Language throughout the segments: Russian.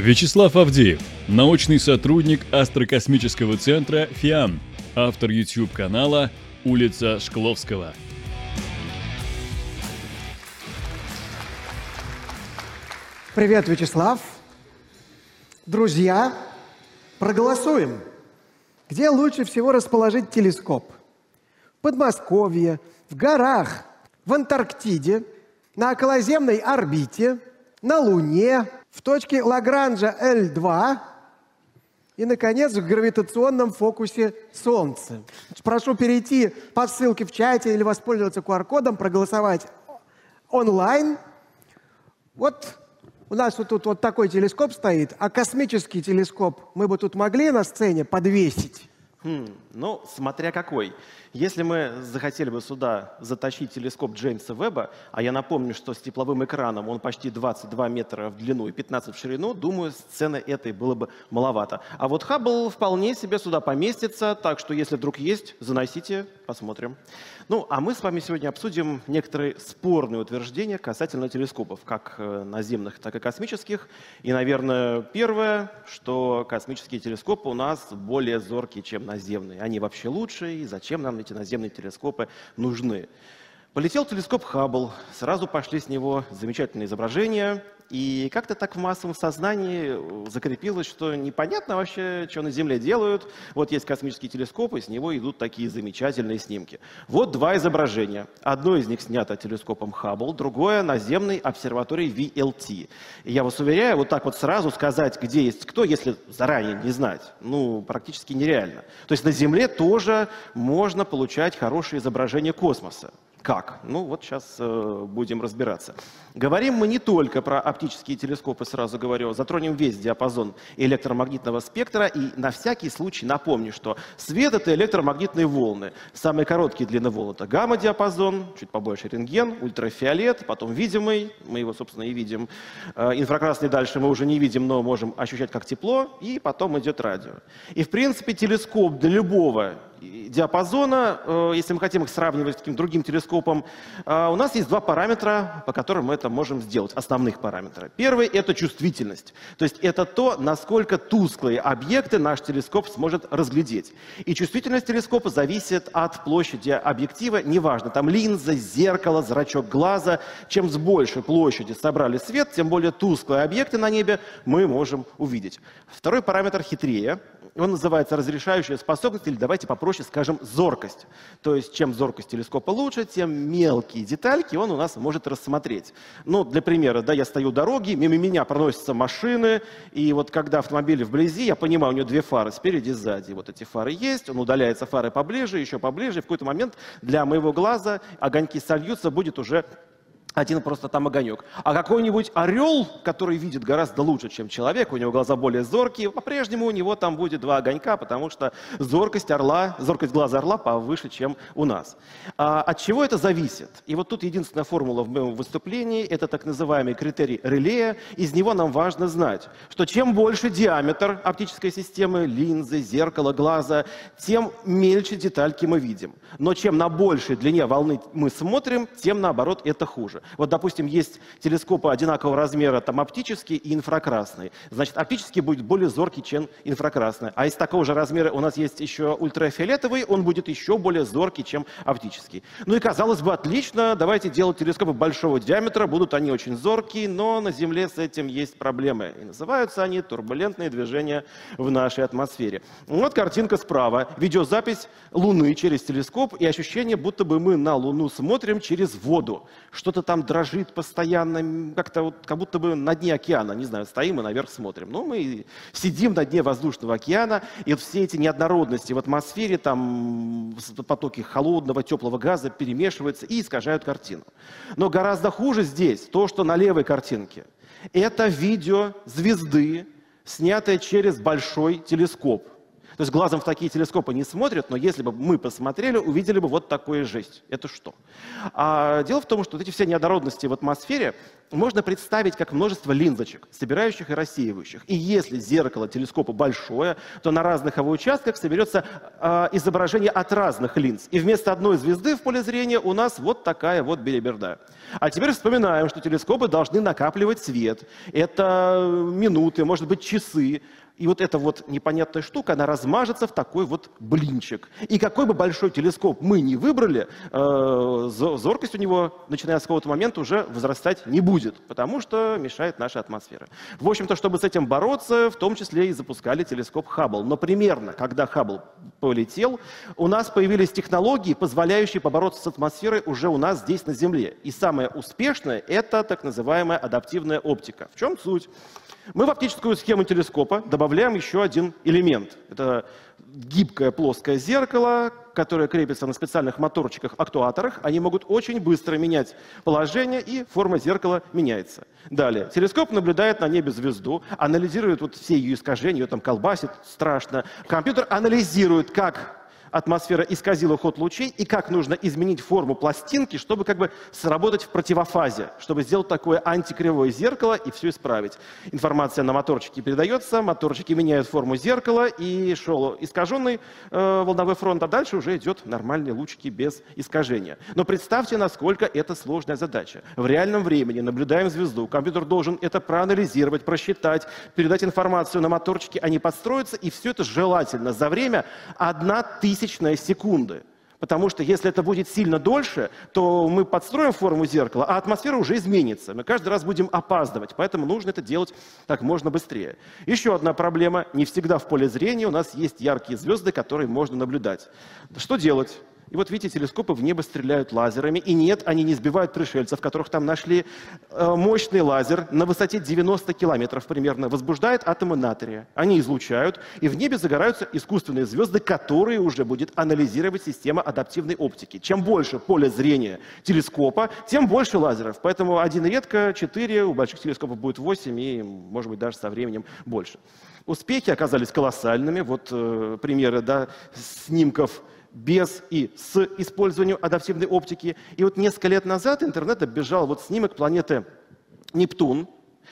Вячеслав Авдеев, научный сотрудник Астрокосмического центра ФИАН, автор YouTube-канала «Улица Шкловского». Привет, Вячеслав. Друзья, проголосуем. Где лучше всего расположить телескоп? В Подмосковье, в горах, в Антарктиде, на околоземной орбите, на Луне, в точке Лагранжа L2 и, наконец, в гравитационном фокусе Солнца. Прошу перейти по ссылке в чате или воспользоваться QR-кодом, проголосовать онлайн. Вот у нас вот тут вот такой телескоп стоит, а космический телескоп мы бы тут могли на сцене подвесить? Ну, смотря какой. Если мы захотели бы сюда затащить телескоп Джеймса Веба, а я напомню, что с тепловым экраном он почти 22 метра в длину и 15 в ширину, думаю, сцены этой было бы маловато. А вот Хаббл вполне себе сюда поместится, так что если вдруг есть, заносите, посмотрим. Ну, а мы с вами сегодня обсудим некоторые спорные утверждения касательно телескопов, как наземных, так и космических. И, наверное, первое, что космические телескопы у нас более зоркие, чем наземные. Они вообще лучше, и зачем нам эти наземные телескопы нужны? Полетел телескоп Хаббл, сразу пошли с него замечательные изображения, и как-то так в массовом сознании закрепилось, что непонятно вообще, что на Земле делают. Вот есть космический телескоп, и с него идут такие замечательные снимки. Вот два изображения. Одно из них снято телескопом Хаббл, другое наземной обсерваторией VLT. И я вас уверяю, вот так вот сразу сказать, где есть кто, если заранее не знать, ну, практически нереально. То есть на Земле тоже можно получать хорошие изображения космоса. Как? Ну вот сейчас будем разбираться. Говорим мы не только про оптические телескопы, сразу говорю, затронем весь диапазон электромагнитного спектра, и на всякий случай напомню, что свет — это электромагнитные волны. Самые короткие длины волн — это гамма-диапазон, чуть побольше рентген, ультрафиолет, потом видимый, мы его, собственно, и видим. Инфракрасный дальше мы уже не видим, но можем ощущать как тепло, и потом идет радио. И, в принципе, телескоп для любого диапазона, если мы хотим их сравнивать с каким-то другим телескопом, у нас есть два параметра, по которым мы это можем сделать, основных параметра. Первый — это чувствительность, то есть это то, насколько тусклые объекты наш телескоп сможет разглядеть. И чувствительность телескопа зависит от площади объектива, неважно, там линза, зеркало, зрачок глаза. Чем с большей площади собрали свет, тем более тусклые объекты на небе мы можем увидеть. Второй параметр хитрее. Он называется разрешающая способность, или давайте попроще скажем зоркость. То есть чем зоркость телескопа лучше, тем мелкие детальки он у нас может рассмотреть. Ну, для примера, да, я стою у дороги, мимо меня проносятся машины, и вот когда автомобиль вблизи, я понимаю, у него две фары, спереди и сзади. Вот эти фары есть, он удаляется, фары поближе, еще поближе, и в какой-то момент для моего глаза огоньки сольются, будет уже один просто там огонек. А какой-нибудь орел, который видит гораздо лучше, чем человек, у него глаза более зоркие, по-прежнему у него там будет два огонька, потому что зоркость глаза орла повыше, чем у нас. От чего это зависит? И вот тут единственная формула в моем выступлении — это так называемый критерий Релея. Из него нам важно знать, что чем больше диаметр оптической системы, линзы, зеркала, глаза, тем мельче детальки мы видим. Но чем на большей длине волны мы смотрим, тем наоборот это хуже. Вот, допустим, есть телескопы одинакового размера, там оптический и инфракрасный. Значит, оптический будет более зоркий, чем инфракрасный. А из такого же размера у нас есть еще ультрафиолетовый, он будет еще более зоркий, чем оптический. Ну и казалось бы, отлично, давайте делать телескопы большого диаметра, будут они очень зоркие, но на Земле с этим есть проблемы. И называются они турбулентные движения в нашей атмосфере. Вот картинка справа, видеозапись Луны через телескоп, и ощущение, будто бы мы на Луну смотрим через воду. Что-то там дрожит постоянно, как-то вот, как будто бы на дне океана, не знаю, стоим и наверх смотрим. Ну, мы сидим на дне воздушного океана, и вот все эти неоднородности в атмосфере, там потоки холодного, теплого газа перемешиваются и искажают картину. Но гораздо хуже здесь то, что на левой картинке. Это видео звезды, снятое через большой телескоп. То есть глазом в такие телескопы не смотрят, но если бы мы посмотрели, увидели бы вот такую жесть. Это что? Дело в том, что вот эти все неоднородности в атмосфере, можно представить как множество линзочек, собирающих и рассеивающих. И если зеркало телескопа большое, то на разных его участках соберется изображение от разных линз. И вместо одной звезды в поле зрения у нас вот такая вот белиберда. А теперь вспоминаем, что телескопы должны накапливать свет. Это минуты, может быть, часы. И вот эта вот непонятная штука, она размажется в такой вот блинчик. И какой бы большой телескоп мы ни выбрали, зоркость у него, начиная с какого-то момента, уже возрастать не будет, потому что мешает наша атмосфера. В общем-то, чтобы с этим бороться, в том числе и запускали телескоп Хаббл. Но примерно, когда Хаббл полетел, у нас появились технологии, позволяющие побороться с атмосферой уже у нас здесь на Земле. И самое успешное — это так называемая адаптивная оптика. В чем суть? Мы в оптическую схему телескопа добавляем еще один элемент. Это гибкое плоское зеркало, которое крепится на специальных моторчиках-актуаторах. Они могут очень быстро менять положение, и форма зеркала меняется. Далее. Телескоп наблюдает на небе звезду, анализирует вот все ее искажения, ее там колбасит страшно. Компьютер анализирует, как атмосфера исказила ход лучей и как нужно изменить форму пластинки, чтобы как бы сработать в противофазе, чтобы сделать такое антикривое зеркало и все исправить. Информация на моторчике передается, моторчики меняют форму зеркала, и шел искаженный волновой фронт, а дальше уже идет нормальные лучики без искажения. Но представьте, насколько это сложная задача. В реальном времени наблюдаем звезду, компьютер должен это проанализировать, просчитать, передать информацию на моторчики, они подстроятся, и все это желательно за время 0,001 секунды. Потому что если это будет сильно дольше, то мы подстроим форму зеркала, а атмосфера уже изменится. Мы каждый раз будем опаздывать, поэтому нужно это делать как можно быстрее. Еще одна проблема. Не всегда в поле зрения у нас есть яркие звезды, которые можно наблюдать. Что делать? И вот видите, телескопы в небо стреляют лазерами. И нет, они не сбивают пришельцев, которых там нашли. Мощный лазер на высоте 90 километров примерно возбуждает атомы натрия. Они излучают, и в небе загораются искусственные звезды, которые уже будет анализировать система адаптивной оптики. Чем больше поле зрения телескопа, тем больше лазеров. Поэтому один редко, 4, у больших телескопов будет 8, и, может быть, даже со временем больше. Успехи оказались колоссальными. Вот примеры, да, снимков без и с использованием адаптивной оптики. И вот несколько лет назад интернет оббежал вот снимок планеты Нептун,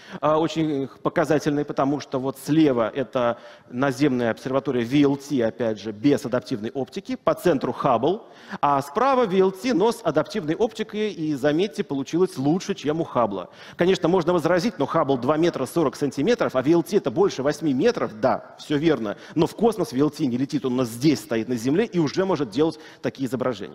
очень показательный, потому что вот слева это наземная обсерватория VLT, опять же, без адаптивной оптики, по центру Хаббл, а справа VLT, но с адаптивной оптикой, и, заметьте, получилось лучше, чем у Хаббла. Конечно, можно возразить, но Хаббл 2 метра 40 сантиметров, а VLT это больше 8 метров, да, все верно, но в космос VLT не летит, он у нас здесь стоит на Земле и уже может делать такие изображения.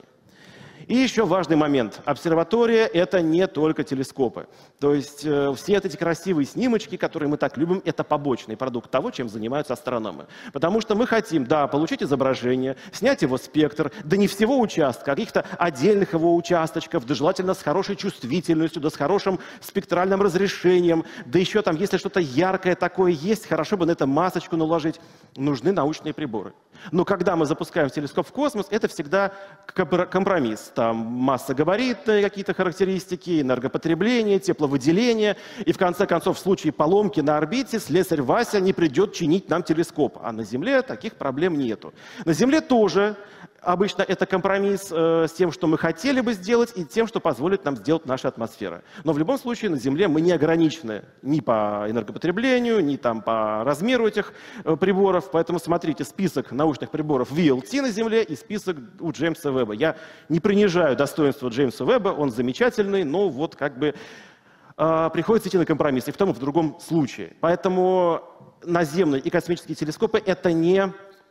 И еще важный момент. Обсерватория — это не только телескопы. То есть все эти красивые снимочки, которые мы так любим, это побочный продукт того, чем занимаются астрономы. Потому что мы хотим, да, получить изображение, снять его спектр, да не всего участка, а каких-то отдельных его участочков, да желательно с хорошей чувствительностью, да с хорошим спектральным разрешением, да еще там, если что-то яркое такое есть, хорошо бы на это масочку наложить. Нужны научные приборы. Но когда мы запускаем телескоп в космос, это всегда компромисс. Там массогабаритные какие-то характеристики, энергопотребление, тепловыделение. И в конце концов, в случае поломки на орбите, слесарь Вася не придет чинить нам телескоп. А на Земле таких проблем нету. На Земле тоже обычно это компромисс с тем, что мы хотели бы сделать, и тем, что позволит нам сделать наша атмосфера. Но в любом случае на Земле мы не ограничены ни по энергопотреблению, ни там по размеру этих приборов. Поэтому смотрите список научных приборов VLT на Земле и список у Джеймса Веба. Я не принижаю достоинства Джеймса Веба, он замечательный, но вот как бы приходится идти на компромисс и в том, и в другом случае. Поэтому наземные и космические телескопы — это не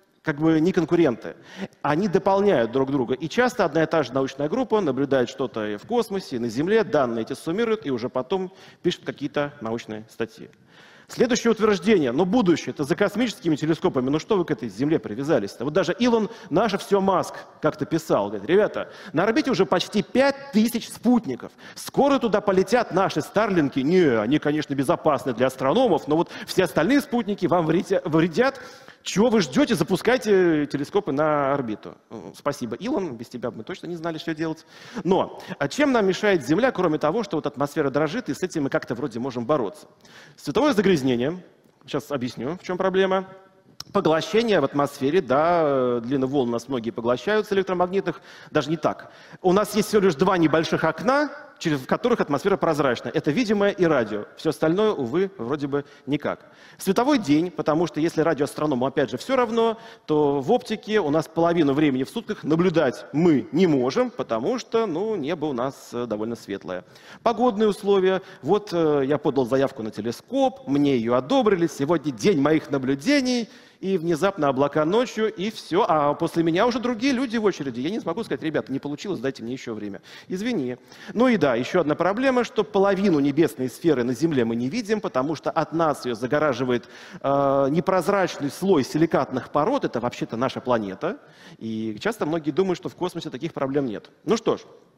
конкуренты. Они дополняют друг друга. И часто одна и та же научная группа наблюдает что-то и в космосе, и на Земле, данные эти суммируют, и уже потом пишут какие-то научные статьи. Следующее утверждение. Но будущее — это за космическими телескопами. Ну что вы к этой Земле привязались-то? Вот даже Илон, наше все Маск, как-то писал. Говорит, ребята, на орбите уже почти 5000 спутников. Скоро туда полетят наши старлинки. Не, они, конечно, безопасны для астрономов, но вот все остальные спутники вам вредят. Чего вы ждете? Запускайте телескопы на орбиту. Спасибо, Илон. Без тебя мы точно не знали, что делать. Но чем нам мешает Земля, кроме того, что вот атмосфера дрожит, и с этим мы как-то вроде можем бороться? Световое загрязнение. Сейчас объясню, в чем проблема. Поглощение в атмосфере, да, длины волн у нас многие поглощаются электромагнитных, даже не так. У нас есть всего лишь 2 небольших окна, в которых атмосфера прозрачна. Это видимое и радио. Все остальное, увы, вроде бы никак. Световой день, потому что если радиоастроному, опять же, все равно, то в оптике у нас половину времени в сутках наблюдать мы не можем, потому что, небо у нас довольно светлое. Погодные условия. Вот я подал заявку на телескоп, мне ее одобрили, сегодня день моих наблюдений, и внезапно облака ночью, и все. А после меня уже другие люди в очереди. Я не смогу сказать: ребята, не получилось, дайте мне еще время. Извини. Ну и да, еще одна проблема, что половину небесной сферы на Земле мы не видим, потому что от нас ее загораживает непрозрачный слой силикатных пород. Это вообще-то наша планета. И часто многие думают, что в космосе таких проблем нет. Ну что ж.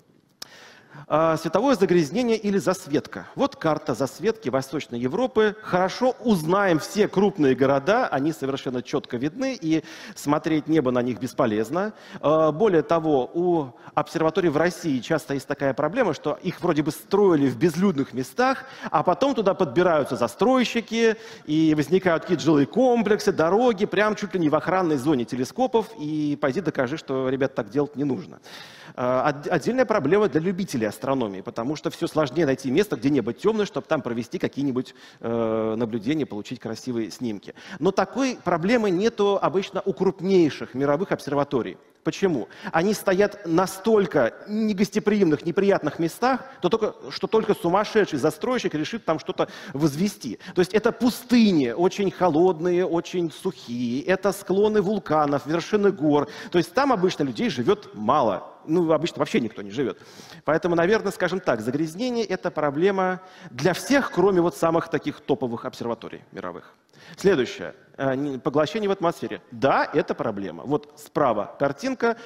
Световое загрязнение или засветка. Вот карта засветки Восточной Европы. Хорошо узнаем все крупные города, они совершенно четко видны, и смотреть небо на них бесполезно. Более того, у обсерваторий в России часто есть такая проблема, что их вроде бы строили в безлюдных местах, а потом туда подбираются застройщики, и возникают какие-то жилые комплексы, дороги, прям чуть ли не в охранной зоне телескопов, и пойди докажи, что, ребят, так делать не нужно. Отдельная проблема для любителей астрономии, потому что все сложнее найти место, где небо темное, чтобы там провести какие-нибудь наблюдения, получить красивые снимки. Но такой проблемы нету обычно у крупнейших мировых обсерваторий. Почему? Они стоят настолько негостеприимных, неприятных местах, что только сумасшедший застройщик решит там что-то возвести. То есть это пустыни, очень холодные, очень сухие, это склоны вулканов, вершины гор. То есть там обычно людей живет мало. Обычно вообще никто не живет. Поэтому, наверное, скажем так, загрязнение – это проблема для всех, кроме вот самых таких топовых обсерваторий мировых. Следующее. Поглощение в атмосфере. Да, это проблема. Вот справа картинка,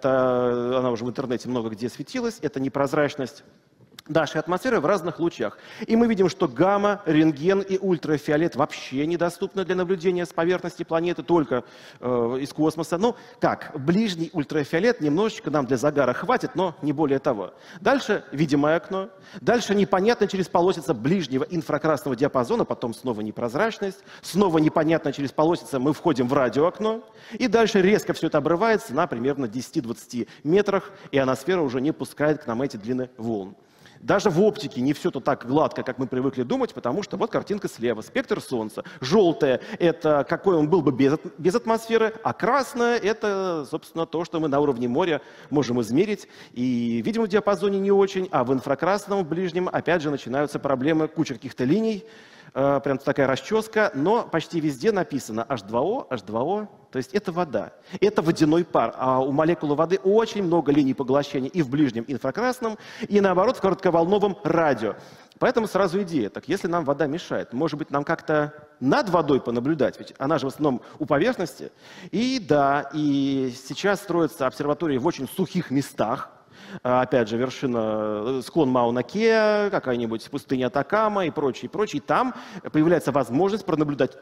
она уже в интернете много где светилась, это непрозрачность нашей атмосферы в разных лучах. И мы видим, что гамма, рентген и ультрафиолет вообще недоступны для наблюдения с поверхности планеты, только из космоса. Ближний ультрафиолет немножечко нам для загара хватит, но не более того. Дальше видимое окно, дальше непонятно через полосица ближнего инфракрасного диапазона, потом снова непрозрачность, снова непонятно через полосица мы входим в радиоокно, и дальше резко все это обрывается на примерно 10-20 метрах, и ионосфера уже не пускает к нам эти длины волн. Даже в оптике не все то так гладко, как мы привыкли думать, потому что вот картинка слева, спектр Солнца. Желтое – это какой он был бы без атмосферы, а красное – это, собственно, то, что мы на уровне моря можем измерить. И, видимо, в диапазоне не очень, а в инфракрасном, в ближнем, опять же, начинаются проблемы, куча каких-то линий, прям такая расческа, но почти везде написано H2O, H2O, то есть это вода, это водяной пар, а у молекулы воды очень много линий поглощения и в ближнем инфракрасном, и наоборот в коротковолновом радио. Поэтому сразу идея, так если нам вода мешает, может быть нам как-то над водой понаблюдать, ведь она же в основном у поверхности. И да, и сейчас строятся обсерватории в очень сухих местах. Опять же, склон Мауна-Кеа, какая-нибудь пустыня Атакама и прочее, прочее. И там появляется возможность пронаблюдать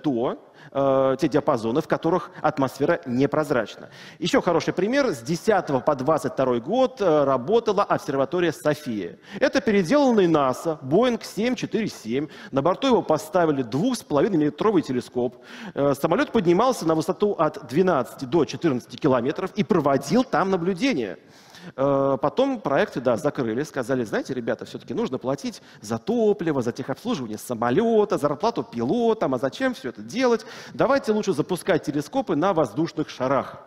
те диапазоны, в которых атмосфера непрозрачна. Еще хороший пример. С 10 по 22 год работала обсерватория София. Это переделанный НАСА Boeing 747. На борту его поставили 2,5-метровый телескоп. Самолет поднимался на высоту от 12 до 14 километров и проводил там наблюдения. Потом проекты, закрыли, сказали, знаете, ребята, все-таки нужно платить за топливо, за техобслуживание самолета, зарплату пилотам, а зачем все это делать? Давайте лучше запускать телескопы на воздушных шарах.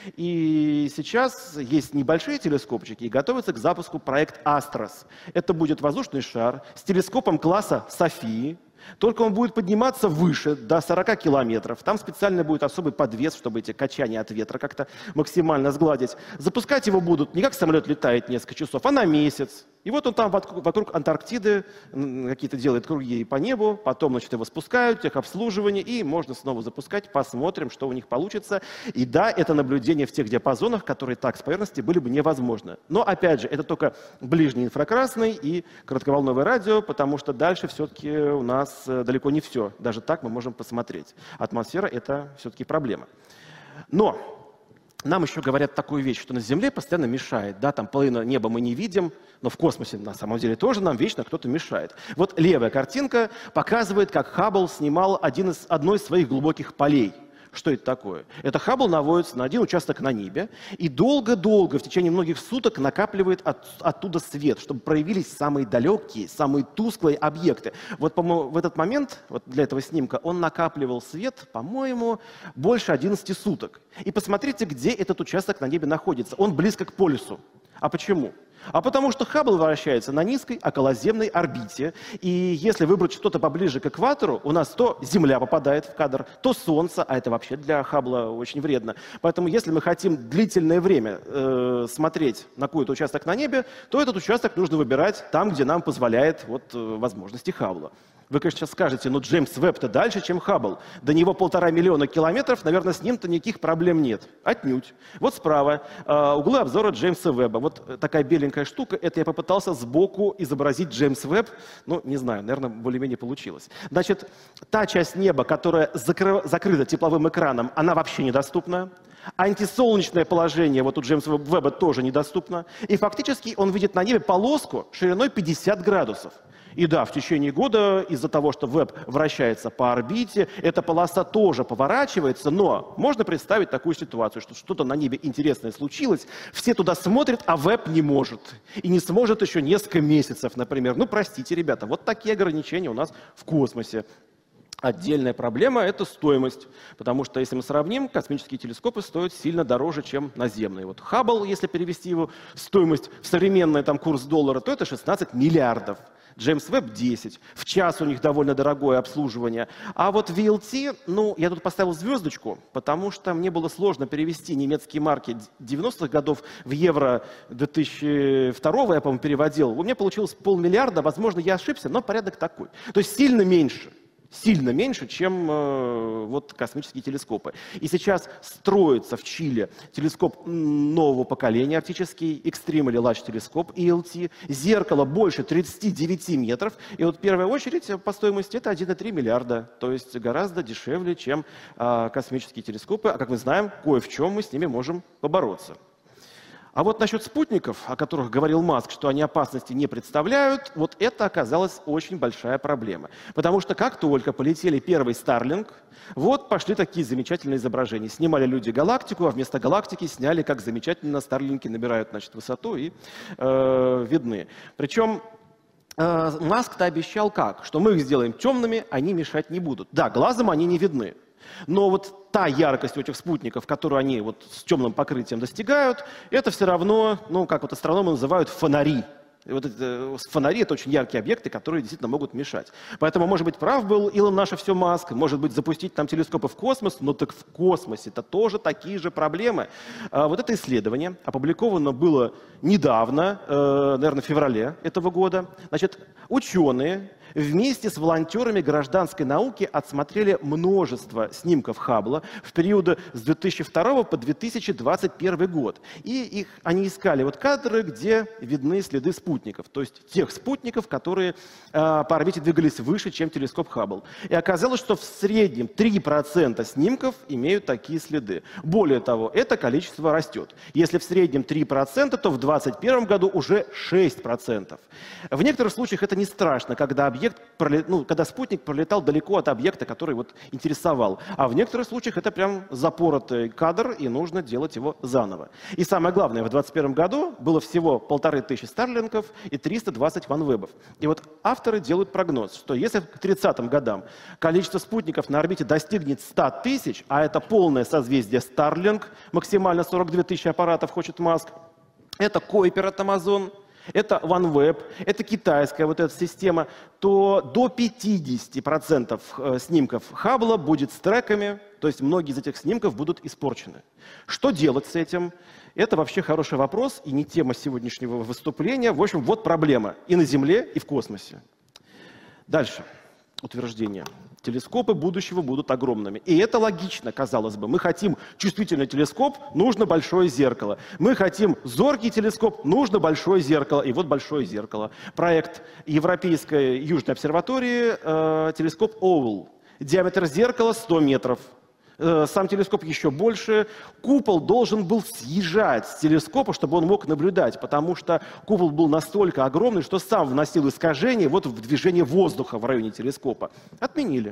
И сейчас есть небольшие телескопчики, и готовится к запуску проект «Астрос». Это будет воздушный шар с телескопом класса «Софии». Только он будет подниматься выше, до 40 километров. Там специально будет особый подвес, чтобы эти качания от ветра как-то максимально сгладить. Запускать его будут не как самолет летает несколько часов, а на месяц. И вот он там вокруг Антарктиды какие-то делает круги по небу, потом, его спускают, техобслуживание, и можно снова запускать, посмотрим, что у них получится. И да, это наблюдение в тех диапазонах, которые так с поверхности были бы невозможны. Но, опять же, это только ближний инфракрасный и коротковолновое радио, потому что дальше все-таки у нас далеко не все. Даже так мы можем посмотреть. Атмосфера – это все-таки проблема. Но нам еще говорят такую вещь, что на Земле постоянно мешает. Да, там половину неба мы не видим, но в космосе на самом деле тоже нам вечно кто-то мешает. Вот левая картинка показывает, как Хаббл снимал одно из своих глубоких полей. Что это такое? Это Хаббл наводится на один участок на небе и долго-долго, в течение многих суток, накапливает оттуда свет, чтобы проявились самые далекие, самые тусклые объекты. Вот, по-моему, в этот момент, вот для этого снимка, он накапливал свет, по-моему, больше 11 суток. И посмотрите, где этот участок на небе находится. Он близко к полюсу. А почему? А потому что Хаббл вращается на низкой околоземной орбите, и если выбрать что-то поближе к экватору, у нас то Земля попадает в кадр, то Солнце, а это вообще для Хаббла очень вредно. Поэтому если мы хотим длительное время смотреть на какой-то участок на небе, то этот участок нужно выбирать там, где нам позволяет возможности Хаббла. Вы, конечно, сейчас скажете, ну Джеймс Вебб-то дальше, чем Хаббл. До него 1,5 миллиона километров, наверное, с ним-то никаких проблем нет. Отнюдь. Вот справа углы обзора Джеймса Вебба. Вот такая беленькая штука, это я попытался сбоку изобразить Джеймс Вебб. Ну, не знаю, наверное, более-менее получилось. Значит, та часть неба, которая закрыта тепловым экраном, она вообще недоступна. Антисолнечное положение вот у Джеймса Вебба тоже недоступно. И фактически он видит на небе полоску шириной 50 градусов. И да, в течение года из-за того, что Вебб вращается по орбите, эта полоса тоже поворачивается, но можно представить такую ситуацию, что что-то на небе интересное случилось, все туда смотрят, а Вебб не может. И не сможет еще несколько месяцев, например. Ну, простите, ребята, вот такие ограничения у нас в космосе. Отдельная проблема – это стоимость, потому что, если мы сравним, космические телескопы стоят сильно дороже, чем наземные. Вот Хаббл, если перевести его стоимость в современный курс доллара, то это 16 миллиардов. Джеймс Вебб 10. В час у них довольно дорогое обслуживание. А вот VLT, ну, я тут поставил звездочку, потому что мне было сложно перевести немецкие марки 90-х годов в евро 2002, я, по-моему, переводил. У меня получилось 500 миллиарда, возможно, я ошибся, но порядок такой. То есть сильно меньше, чем вот космические телескопы. И сейчас строится в Чили телескоп нового поколения, оптический Extreme или Large телескоп, ELT. Зеркало больше 39 метров. И вот первая очередь по стоимости это 1,3 миллиарда. То есть гораздо дешевле, чем космические телескопы. А как мы знаем, кое в чем мы с ними можем побороться. А вот насчет спутников, о которых говорил Маск, что они опасности не представляют, вот это оказалась очень большая проблема. Потому что как только полетели первый Starlink, вот пошли такие замечательные изображения. Снимали люди галактику, а вместо галактики сняли, как замечательно Старлинки набирают, значит, высоту и видны. Причем Маск-то обещал как? Что мы их сделаем темными, они мешать не будут. Да, глазом они не видны. Но вот та яркость у этих спутников, которую они вот с темным покрытием достигают, это все равно, ну, как вот астрономы называют, фонари. И вот фонари — это очень яркие объекты, которые действительно могут мешать. Поэтому, может быть, прав был Илон наше все Маск, может быть, запустить там телескопы в космос, но так в космосе-то тоже такие же проблемы. Вот это исследование опубликовано было недавно, наверное, в феврале этого года. Значит, ученые вместе с волонтерами гражданской науки отсмотрели множество снимков Хаббла в периоды с 2002 по 2021 год. И они искали вот кадры, где видны следы спутников, то есть тех спутников, которые по орбите двигались выше, чем телескоп Хаббл. И оказалось, что в среднем 3% снимков имеют такие следы. Более того, это количество растет. Если в среднем 3%, то в 2021 году уже 6%. В некоторых случаях это не страшно, когда когда спутник пролетал далеко от объекта, который вот интересовал. А в некоторых случаях это прям запоротый кадр, и нужно делать его заново. И самое главное, в 2021 году было всего 1500 Старлинков и 320 OneWeb'ов. И вот авторы делают прогноз, что если к 30-м годам количество спутников на орбите достигнет 100 тысяч, а это полное созвездие Starlink, максимально 42 тысячи аппаратов хочет Маск, это Kuiper от Amazon, это OneWeb, это китайская вот эта система, то до 50% снимков Хаббла будет с треками, то есть многие из этих снимков будут испорчены. Что делать с этим? Это вообще хороший вопрос и не тема сегодняшнего выступления. В общем, вот проблема и на Земле, и в космосе. Дальше. Утверждение. Телескопы будущего будут огромными. И это логично, казалось бы. Мы хотим чувствительный телескоп, нужно большое зеркало. Мы хотим зоркий телескоп, нужно большое зеркало. И вот большое зеркало. Проект Европейской Южной обсерватории, телескоп Оул. Диаметр зеркала 100 метров. Сам телескоп еще больше. Купол должен был съезжать с телескопа, чтобы он мог наблюдать, потому что купол был настолько огромный, что сам вносил искажения вот в движение воздуха в районе телескопа. Отменили.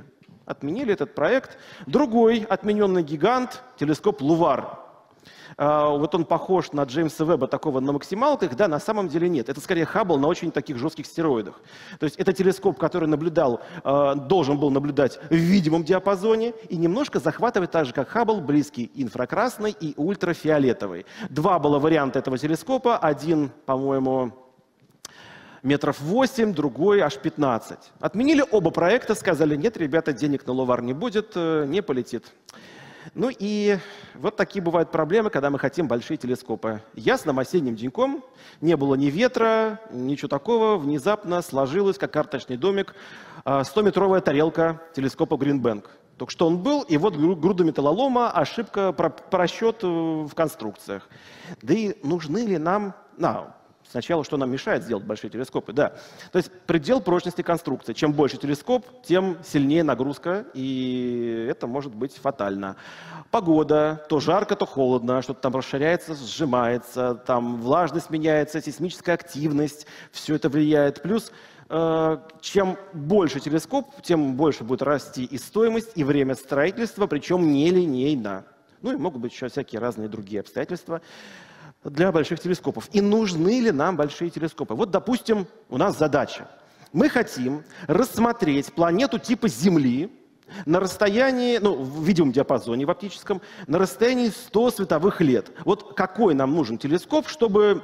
отменили этот проект. Другой отмененный гигант, телескоп Лувар. Вот он похож на Джеймса Веба, такого на максималках, да, на самом деле нет. Это скорее Хаббл на очень таких жестких стероидах. То есть это телескоп, который должен был наблюдать в видимом диапазоне и немножко захватывать так же, как Хаббл, близкий инфракрасный и ультрафиолетовый. Два было варианта этого телескопа. Один, по-моему, метров 8, другой аж 15. Отменили оба проекта, сказали, нет, ребята, денег на Лувар не будет, не полетит. Ну и вот такие бывают проблемы, когда мы хотим большие телескопы. Ясным осенним деньком, не было ни ветра, ничего такого, внезапно сложилось, как карточный домик, 100-метровая тарелка телескопа Green-Bank. Только что он был, и вот груда металлолома, ошибка, просчет в конструкциях. Да и нужны ли нам... Сначала, что нам мешает сделать большие телескопы? Да. То есть предел прочности конструкции. Чем больше телескоп, тем сильнее нагрузка, и это может быть фатально. Погода. То жарко, то холодно, что-то там расширяется, сжимается, там влажность меняется, сейсмическая активность. Все это влияет. Плюс, чем больше телескоп, тем больше будет расти и стоимость, и время строительства, причем нелинейно. Ну и могут быть еще всякие разные другие обстоятельства для больших телескопов. И нужны ли нам большие телескопы? Вот, допустим, у нас задача. Мы хотим рассмотреть планету типа Земли на расстоянии, в видимом диапазоне, в оптическом, на расстоянии 100 световых лет. Вот какой нам нужен телескоп, чтобы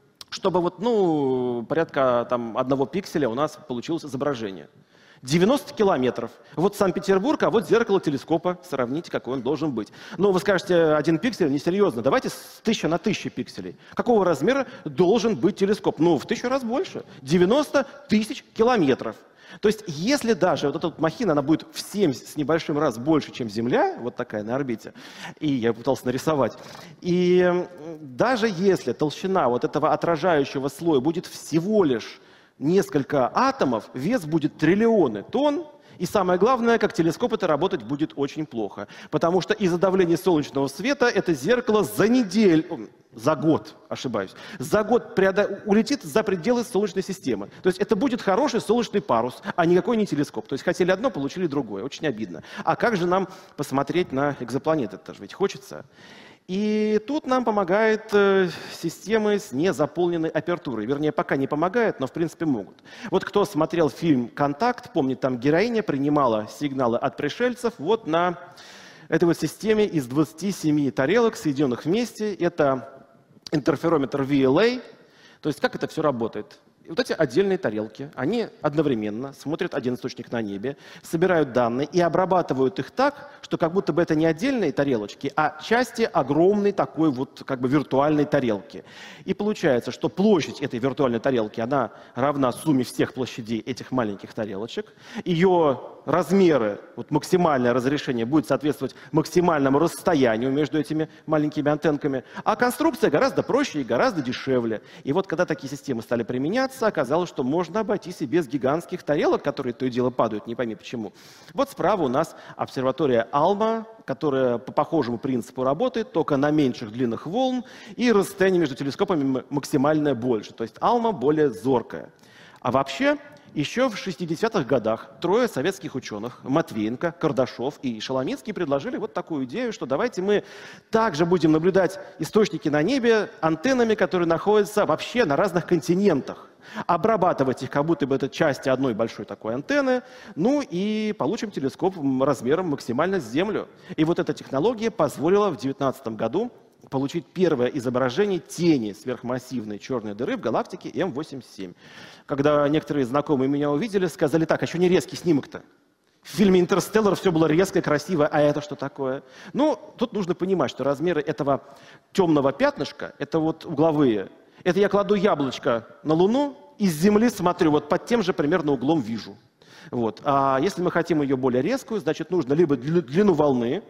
порядка 1 пикселя у нас получилось изображение? 90 километров. Вот Санкт-Петербург, а вот зеркало телескопа. Сравните, какой он должен быть. Но вы скажете, 1 пиксель, несерьезно. Давайте с 1000 на 1000 пикселей. Какого размера должен быть телескоп? В 1000 раз больше. 90 тысяч километров. То есть, если даже вот эта махина, она будет в 7 с небольшим раз больше, чем Земля, вот такая на орбите, и я пытался нарисовать, и даже если толщина вот этого отражающего слоя будет всего лишь несколько атомов, вес будет триллионы тонн, и самое главное, как телескоп это работать будет очень плохо, потому что из-за давления солнечного света это зеркало за год улетит за пределы Солнечной системы. То есть это будет хороший солнечный парус, а никакой не телескоп. То есть хотели одно, получили другое. Очень обидно. А как же нам посмотреть на экзопланеты? Это же ведь хочется. И тут нам помогают системы с незаполненной апертурой. Вернее, пока не помогают, но в принципе могут. Вот кто смотрел фильм «Контакт», помнит, там героиня принимала сигналы от пришельцев вот на этой вот системе из 27 тарелок, соединенных вместе. Это интерферометр VLA. То есть как это все работает? Вот эти отдельные тарелки, они одновременно смотрят один источник на небе, собирают данные и обрабатывают их так, что как будто бы это не отдельные тарелочки, а части огромной такой вот как бы виртуальной тарелки. И получается, что площадь этой виртуальной тарелки, она равна сумме всех площадей этих маленьких тарелочек. Ее размеры, вот максимальное разрешение будет соответствовать максимальному расстоянию между этими маленькими антенками, а конструкция гораздо проще и гораздо дешевле. И вот когда такие системы стали применяться, оказалось, что можно обойтись и без гигантских тарелок, которые то и дело падают, не пойми почему. Вот справа у нас обсерватория ALMA, которая по похожему принципу работает, только на меньших длинных волн, и расстояние между телескопами максимально больше. То есть ALMA более зоркая. А вообще, еще в 60-х годах трое советских ученых, Матвеенко, Кардашов и Шаламицкий, предложили вот такую идею, что давайте мы также будем наблюдать источники на небе антеннами, которые находятся вообще на разных континентах. Обрабатывать их, как будто бы это части одной большой такой антенны, ну и получим телескоп размером максимально с Землю. И вот эта технология позволила в 2019 году получить первое изображение тени сверхмассивной черной дыры в галактике М87. Когда некоторые знакомые меня увидели, сказали: так, а что не резкий снимок-то? В фильме «Интерстеллар» все было резко, красиво, а это что такое? Ну, тут нужно понимать, что размеры этого темного пятнышка, это вот угловые, это я кладу яблочко на Луну, из Земли смотрю, вот под тем же примерно углом вижу. Вот. А если мы хотим ее более резкую, значит, нужно либо длину волны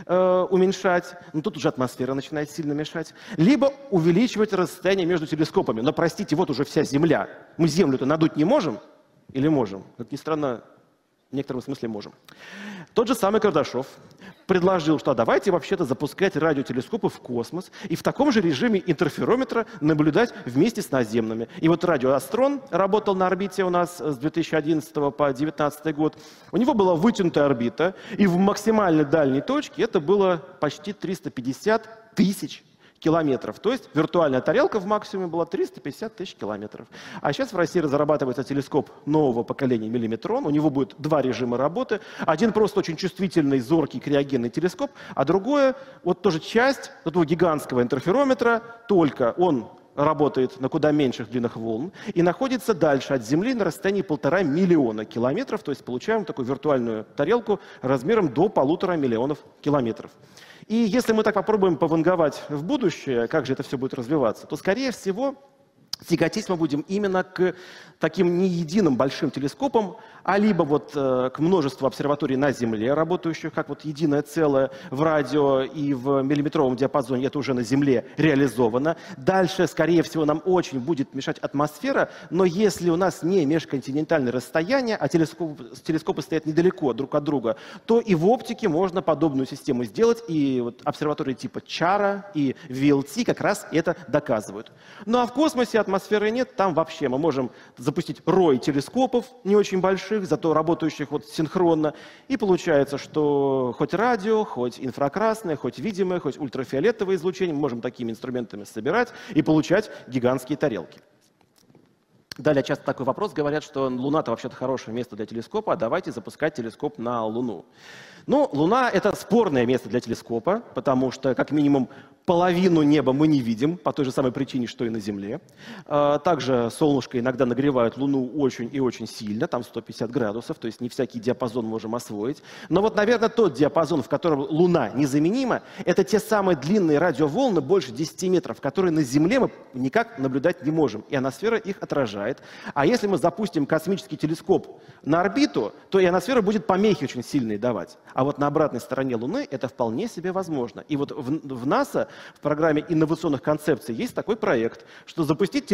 уменьшать, но тут уже атмосфера начинает сильно мешать, либо увеличивать расстояние между телескопами. Но, простите, вот уже вся Земля. Мы Землю-то надуть не можем? Или можем? Как ни странно, в некотором смысле можем. Тот же самый Кардашов предложил, что давайте вообще-то запускать радиотелескопы в космос и в таком же режиме интерферометра наблюдать вместе с наземными. И вот радиоастрон работал на орбите у нас с 2011 по 2019 год. У него была вытянутая орбита, и в максимально дальней точке это было почти 350 тысяч километров. То есть виртуальная тарелка в максимуме была 350 тысяч километров. А сейчас в России разрабатывается телескоп нового поколения миллиметрон. У него будет два режима работы. Один просто очень чувствительный, зоркий криогенный телескоп, а другое, вот тоже часть этого гигантского интерферометра, только он работает на куда меньших длинах волн и находится дальше от Земли на расстоянии 1,5 миллиона километров. То есть получаем такую виртуальную тарелку размером до 1,5 миллиона километров. И если мы так попробуем пованговать в будущее, как же это все будет развиваться, то, скорее всего, тяготеть мы будем именно к таким не единым большим телескопам, а либо вот к множеству обсерваторий на Земле, работающих как вот единое целое в радио и в миллиметровом диапазоне, это уже на Земле реализовано. Дальше, скорее всего, нам очень будет мешать атмосфера, но если у нас не межконтинентальное расстояние, а телескопы стоят недалеко друг от друга, то и в оптике можно подобную систему сделать, и вот обсерватории типа Чара и VLT как раз это доказывают. Ну а в космосе атмосферы нет, там вообще мы можем запустить рой телескопов не очень больших, зато работающих вот синхронно. И получается, что хоть радио, хоть инфракрасное, хоть видимое, хоть ультрафиолетовое излучение мы можем такими инструментами собирать и получать гигантские тарелки. Далее часто такой вопрос, говорят, что Луна-то вообще-то хорошее место для телескопа, а давайте запускать телескоп на Луну. Ну, Луна — это спорное место для телескопа, потому что, как минимум, половину неба мы не видим, по той же самой причине, что и на Земле. Также солнышко иногда нагревает Луну очень и очень сильно, там 150 градусов, то есть не всякий диапазон можем освоить. Но вот, наверное, тот диапазон, в котором Луна незаменима, это те самые длинные радиоволны, больше 10 метров, которые на Земле мы никак наблюдать не можем, и ионосфера их отражает. А если мы запустим космический телескоп на орбиту, то ионосфера будет помехи очень сильные давать. А вот на обратной стороне Луны это вполне себе возможно. И вот в НАСА в программе инновационных концепций есть такой проект, что запустить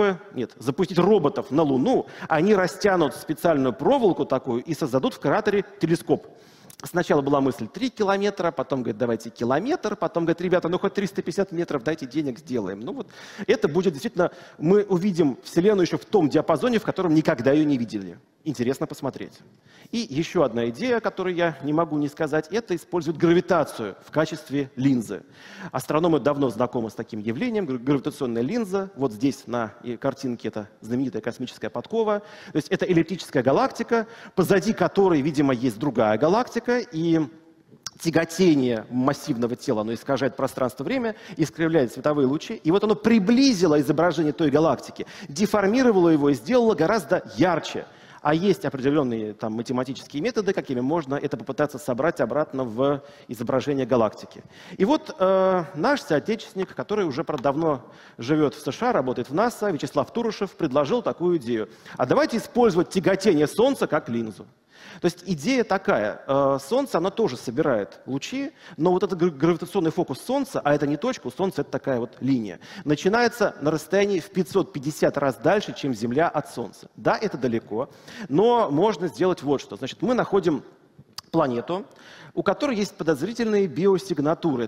роботов на Луну, они растянут специальную проволоку такую и создадут в кратере телескоп. Сначала была мысль 3 километра, потом говорит, давайте километр, потом говорит, ребята, ну хоть 350 метров, дайте денег, сделаем. Ну вот это будет действительно, мы увидим Вселенную еще в том диапазоне, в котором никогда ее не видели. Интересно посмотреть. И еще одна идея, которую я не могу не сказать, это используют гравитацию в качестве линзы. Астрономы давно знакомы с таким явлением, гравитационная линза. Вот здесь на картинке это знаменитая космическая подкова. То есть это эллиптическая галактика, позади которой, видимо, есть другая галактика, и тяготение массивного тела, оно искажает пространство-время, искривляет световые лучи, и вот оно приблизило изображение той галактики, деформировало его и сделало гораздо ярче. А есть определенные там математические методы, какими можно это попытаться собрать обратно в изображение галактики. И вот наш соотечественник, который уже давно живет в США, работает в НАСА, Вячеслав Турышев, предложил такую идею. А давайте использовать тяготение Солнца как линзу. То есть идея такая, Солнце, оно тоже собирает лучи, но вот этот гравитационный фокус Солнца, а это не точка, у Солнца это такая вот линия, начинается на расстоянии в 550 раз дальше, чем Земля от Солнца. Да, это далеко, но можно сделать вот что. Значит, мы находим планету, у которой есть подозрительные биосигнатуры,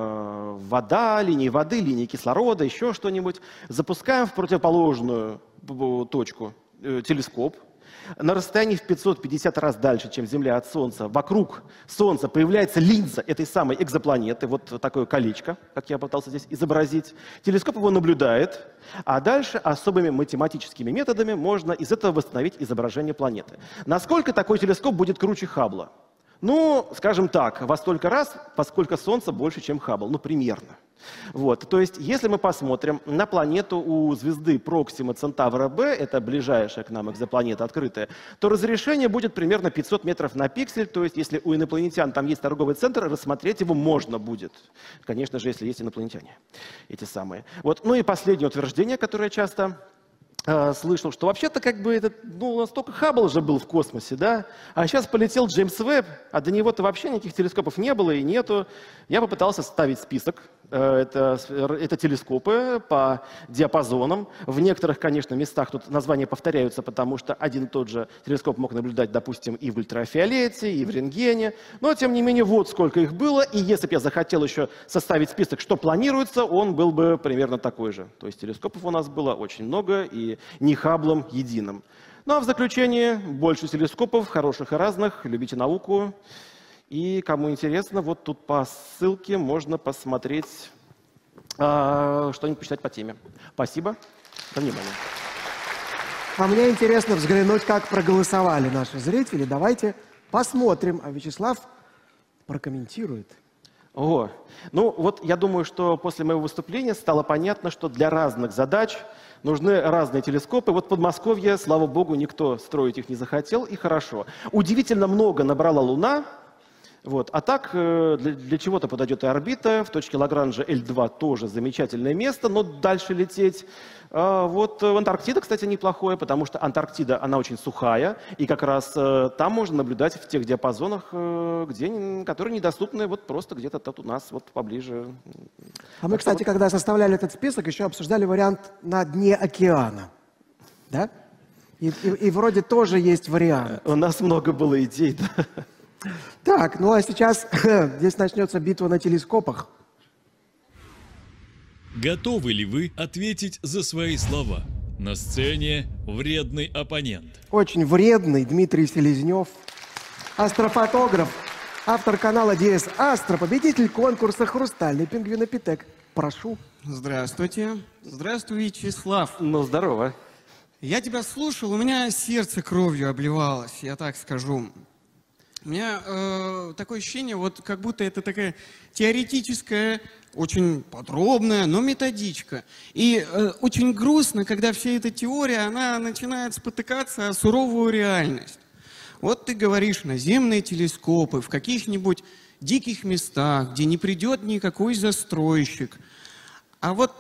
там вода, линии воды, линии кислорода, еще что-нибудь. Запускаем в противоположную точку телескоп, на расстоянии в 550 раз дальше, чем Земля от Солнца, вокруг Солнца появляется линза этой самой экзопланеты, вот такое колечко, как я пытался здесь изобразить. Телескоп его наблюдает, а дальше особыми математическими методами можно из этого восстановить изображение планеты. Насколько такой телескоп будет круче Хаббла? Ну, скажем так, во столько раз, поскольку Солнце больше, чем Хаббл, ну, примерно. Вот, то есть, если мы посмотрим на планету у звезды Проксима Центавра Б, это ближайшая к нам экзопланета открытая, то разрешение будет примерно 500 метров на пиксель, то есть, если у инопланетян там есть торговый центр, рассмотреть его можно будет. Конечно же, если есть инопланетяне, эти самые. Вот, ну и последнее утверждение, которое я часто слышал, что вообще-то как бы этот, ну, у нас только Хаббл же был в космосе, да? А сейчас полетел Джеймс Вебб, а до него-то вообще никаких телескопов не было и нету. Я попытался составить список Это телескопы по диапазонам. В некоторых, конечно, местах тут названия повторяются, потому что один и тот же телескоп мог наблюдать, допустим, и в ультрафиолете, и в рентгене. Но, тем не менее, вот сколько их было. И если бы я захотел еще составить список, что планируется, он был бы примерно такой же. То есть телескопов у нас было очень много, и не Хабблом единым. Ну а в заключение, больше телескопов, хороших и разных. Любите науку. И кому интересно, вот тут по ссылке можно посмотреть, что-нибудь почитать по теме. Спасибо за внимание. А мне интересно взглянуть, как проголосовали наши зрители. Давайте посмотрим, а Вячеслав прокомментирует. Ого. Ну вот я думаю, что после моего выступления стало понятно, что для разных задач нужны разные телескопы. Вот в Подмосковье, слава богу, никто строить их не захотел, и хорошо. Удивительно много набрала Луна. Вот. А так, для чего-то подойдет и орбита. В точке Лагранжа L2 тоже замечательное место, но дальше лететь. Вот Антарктида, кстати, неплохое, потому что Антарктида, она очень сухая, и как раз там можно наблюдать в тех диапазонах, которые недоступны вот просто где-то тут у нас вот поближе. А мы, кстати, когда составляли этот список, еще обсуждали вариант на дне океана. Да? И вроде тоже есть вариант. У нас много было идей, да. Так, ну а сейчас здесь начнется битва на телескопах. Готовы ли вы ответить за свои слова? На сцене вредный оппонент. Очень вредный Дмитрий Селезнев, астрофотограф, автор канала DS Astro, победитель конкурса «Хрустальный пингвинопитек». Прошу. Здравствуйте. Здравствуй, Вячеслав. Ну, здорово. Я тебя слушал, у меня сердце кровью обливалось, я так скажу. У меня такое ощущение, вот как будто это такая теоретическая, очень подробная, но методичка. И очень грустно, когда вся эта теория, она начинает спотыкаться о суровую реальность. Вот ты говоришь, наземные телескопы в каких-нибудь диких местах, где не придет никакой застройщик. А вот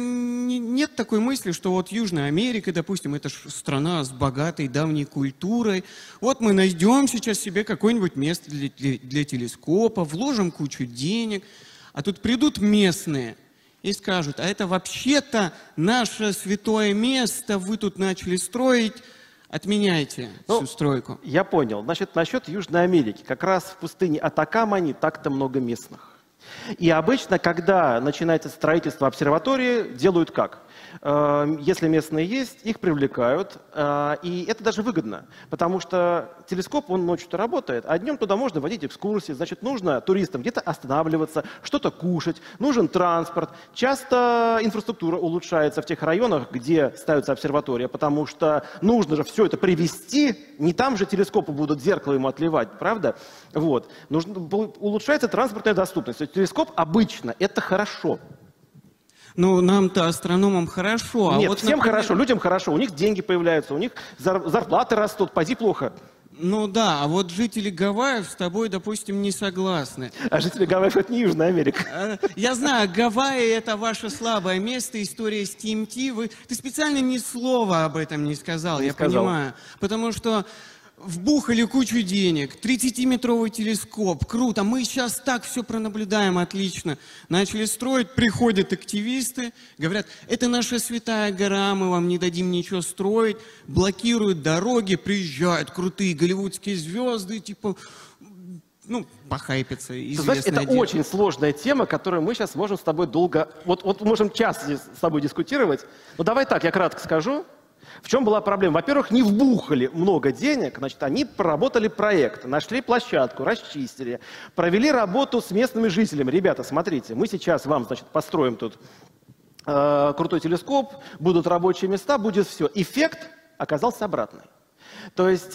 нет такой мысли, что вот Южная Америка, допустим, это страна с богатой давней культурой. Вот мы найдем сейчас себе какое-нибудь место для телескопа, вложим кучу денег, а тут придут местные и скажут, а это вообще-то наше святое место, вы тут начали строить, отменяйте всю стройку. Я понял. Значит, насчет Южной Америки. Как раз в пустыне Атакама не так-то много местных. И обычно, когда начинается строительство обсерватории, делают как? Если местные есть, их привлекают, и это даже выгодно, потому что телескоп, он ночью-то работает, а днем туда можно водить экскурсии, значит, нужно туристам где-то останавливаться, что-то кушать, нужен транспорт. Часто инфраструктура улучшается в тех районах, где ставится обсерватория, потому что нужно же все это привезти, не там же телескопы будут зеркало ему отливать, правда? Вот. Улучшается транспортная доступность. То есть телескоп обычно это хорошо. Ну, нам-то, астрономам, хорошо. Нет, а вот, всем например, хорошо, людям хорошо, у них деньги появляются, у них зарплаты растут, поди плохо. Ну да, а вот жители Гавайев с тобой, допустим, не согласны. А жители Гавайев — это не Южная Америка. Я знаю, Гавайи — это ваше слабое место, история с ТМТ. Ты специально ни слова об этом не сказал, я понимаю. Потому что вбухали кучу денег, 30-метровый телескоп, круто, мы сейчас так все пронаблюдаем, отлично. Начали строить, приходят активисты, говорят, это наша святая гора, мы вам не дадим ничего строить, блокируют дороги, приезжают крутые голливудские звезды, типа, ну, похайпиться, Знаешь, это очень сложная тема, которую мы сейчас можем с тобой долго, вот можем час с тобой дискутировать. Но давай так, я кратко скажу. В чем была проблема? Во-первых, не вбухали много денег, значит, они проработали проект, нашли площадку, расчистили, провели работу с местными жителями. Ребята, смотрите, мы сейчас вам, значит, построим тут крутой телескоп, будут рабочие места, будет все. Эффект оказался обратный. То есть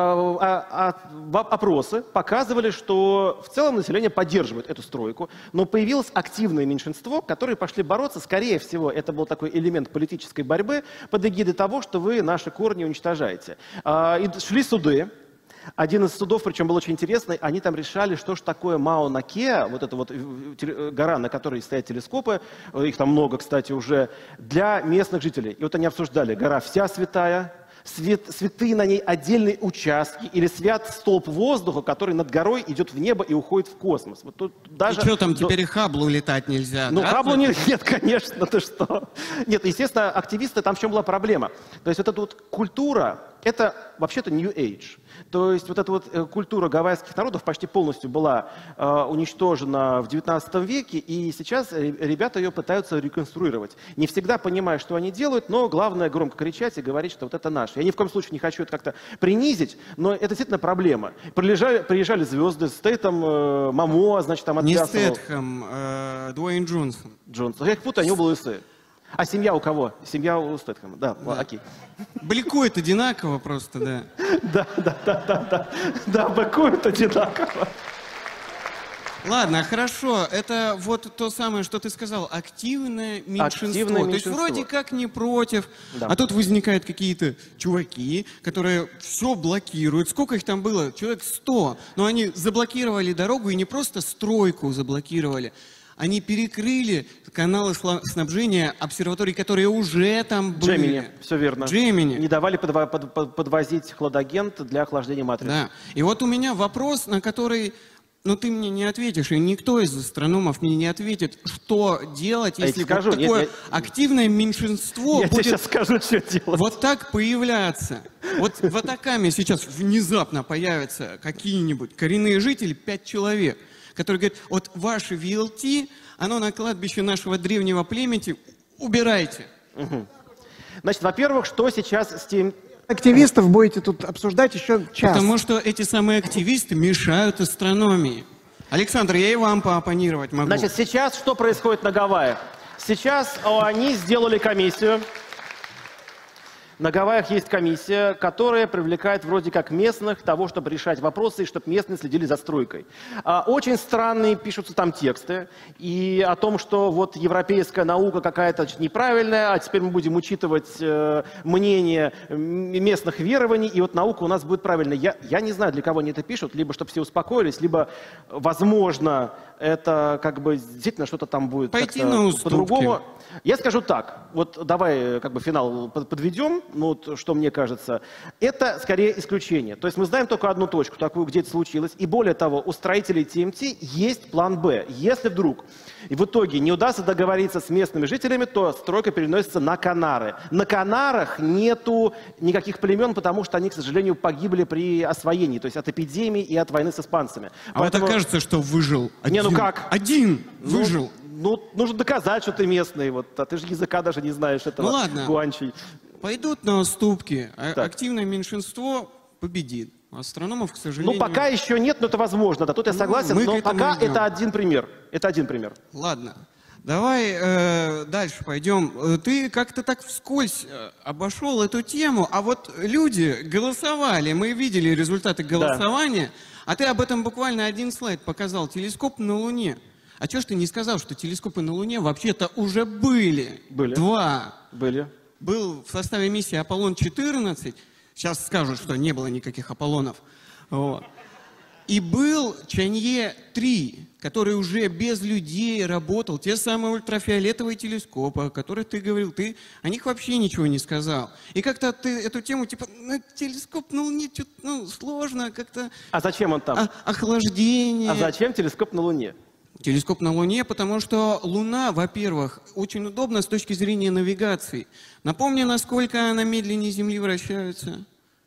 опросы показывали, что в целом население поддерживает эту стройку, но появилось активное меньшинство, которые пошли бороться. Скорее всего, это был такой элемент политической борьбы под эгидой того, что вы наши корни уничтожаете. И шли суды. Один из судов, причем был очень интересный, они там решали, что же такое Мауна-Кеа, вот эта вот гора, на которой стоят телескопы, их там много, кстати, уже, для местных жителей. И вот они обсуждали, гора вся святая, святые на ней отдельные участки, или свят столб воздуха, который над горой идет в небо и уходит в космос. Вот тут даже И что там, теперь и Хаблу летать нельзя? Ну, да? Хаблу нет, конечно, ты что? Нет, естественно, активисты, там в чем была проблема? То есть вот эта вот культура, это вообще-то New Age. То есть вот эта вот культура гавайских народов почти полностью была уничтожена в 19 веке, и сейчас ребята ее пытаются реконструировать. Не всегда понимая, что они делают, но главное громко кричать и говорить, что вот это наше. Я ни в коем случае не хочу это как-то принизить, но это действительно проблема. Приезжали звезды, Стейтем, Мамоа, значит, там Не отплясывал. Стэтхэм, Дуэйн Джонсон. Джонсон. Я их путаю, они оба лысые. А семья у кого? Семья у Стэтхэма. Да, окей. Бликует одинаково просто, да. Да, быкуют одинаково. Ладно, хорошо. Это вот то самое, что ты сказал. Активное меньшинство. Активное То есть меньшинство. вроде как не против, Да. а тут возникают какие-то чуваки, которые все блокируют. Сколько их там было? Человек 100. Но они заблокировали дорогу, и не просто стройку заблокировали. Они перекрыли каналы снабжения обсерваторий, которые уже там были. Джемини, все верно. Джемини. Не давали подвозить хладагент для охлаждения матрицы. Да. И вот у меня вопрос, на который, ну, ты мне не ответишь, и никто из астрономов мне не ответит, что делать, Я если тебе скажу, вот такое нет, активное меньшинство Я тебе будет сейчас скажу, что делать. вот так появляться. Вот в Атакаме сейчас внезапно появятся какие-нибудь коренные жители, 5 человек, которые говорят, вот ваше VLT, оно на кладбище нашего древнего племени, убирайте. Значит, во-первых, что сейчас с тем... Активистов будете тут обсуждать еще час. Потому что эти самые активисты мешают астрономии. Александр, я и вам пооппонировать могу. Значит, сейчас что происходит на Гавайях? Сейчас они сделали комиссию. На Гавайях есть комиссия, которая привлекает вроде как местных, того, чтобы решать вопросы, и чтобы местные следили за стройкой. Очень странные пишутся там тексты, и о том, что вот европейская наука какая-то неправильная, а теперь мы будем учитывать мнение местных верований, и вот наука у нас будет правильной. Я не знаю, для кого они это пишут, либо чтобы все успокоились, либо, возможно, это как бы действительно что-то там будет Пойти как-то на уступки. по-другому. Я скажу так, вот давай как бы финал подведем, ну, вот, что мне кажется, это скорее исключение. То есть мы знаем только одну точку, такую, где это случилось, и более того, у строителей ТМТ есть план Б. Если вдруг и в итоге не удастся договориться с местными жителями, то стройка переносится на Канары. На Канарах нету никаких племен, потому что они, к сожалению, погибли при освоении, то есть от эпидемии и от войны с испанцами. А вот окажется, что выжил один. Не, ну как? Один выжил. Ну, нужно доказать, что ты местный, вот, а ты же языка даже не знаешь этого, Ну ладно. гуанчий. Пойдут на уступки, а Так. активное меньшинство победит. У астрономов, к сожалению... Ну, пока еще нет, но это возможно, да, тут я согласен, мы к но этому пока идем. это один пример. Это один пример. Ладно. Давай дальше пойдем. Ты как-то так вскользь обошел эту тему, а вот люди голосовали, мы видели результаты голосования, а ты об этом буквально один слайд показал. Телескоп на Луне. А чего ж ты не сказал, что телескопы на Луне вообще-то уже были? Были. 2. Были. Был в составе миссии Аполлон-14. Сейчас скажут, что не было никаких Аполлонов. Вот. И был Чанье-3, который уже без людей работал. Те самые ультрафиолетовые телескопы, о которых ты говорил. Ты о них вообще ничего не сказал. И как-то ты эту тему, типа, ну, телескоп, ну, не, ну, сложно, как-то... А зачем он там? Охлаждение. А зачем телескоп на Луне? Телескоп на Луне, потому что Луна, во-первых, очень удобна с точки зрения навигации. Напомни, насколько она медленнее Земли вращается.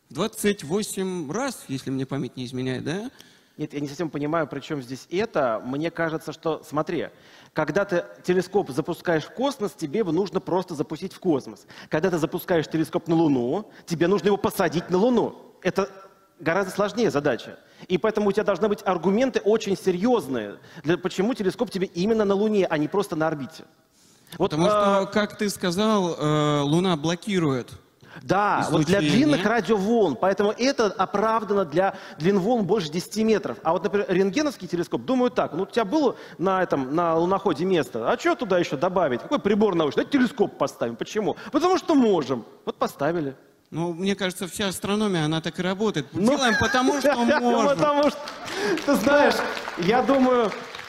28 раз, если мне память не изменяет, да? Нет, я не совсем понимаю, при чем здесь это. Мне кажется, что, смотри, когда ты телескоп запускаешь в космос, тебе его нужно просто запустить в космос. Когда ты запускаешь телескоп на Луну, тебе нужно его посадить на Луну. Это гораздо сложнее задача. И поэтому у тебя должны быть аргументы очень серьезные. Почему телескоп тебе именно на Луне, а не просто на орбите? Вот, Потому что, как ты сказал, Луна блокирует. да, вот для излучение. длинных радиоволн. Поэтому это оправдано для длин волн больше 10 метров. А вот, например, рентгеновский телескоп думают так. Ну, у тебя было на луноходе место. А что туда еще добавить? Какой прибор научный? Давайте телескоп поставим. Почему? Потому что можем. Вот поставили. Ну, мне кажется, вся астрономия, она так и работает. Делаем потому, что можем. Потому что, ты знаешь, я думаю,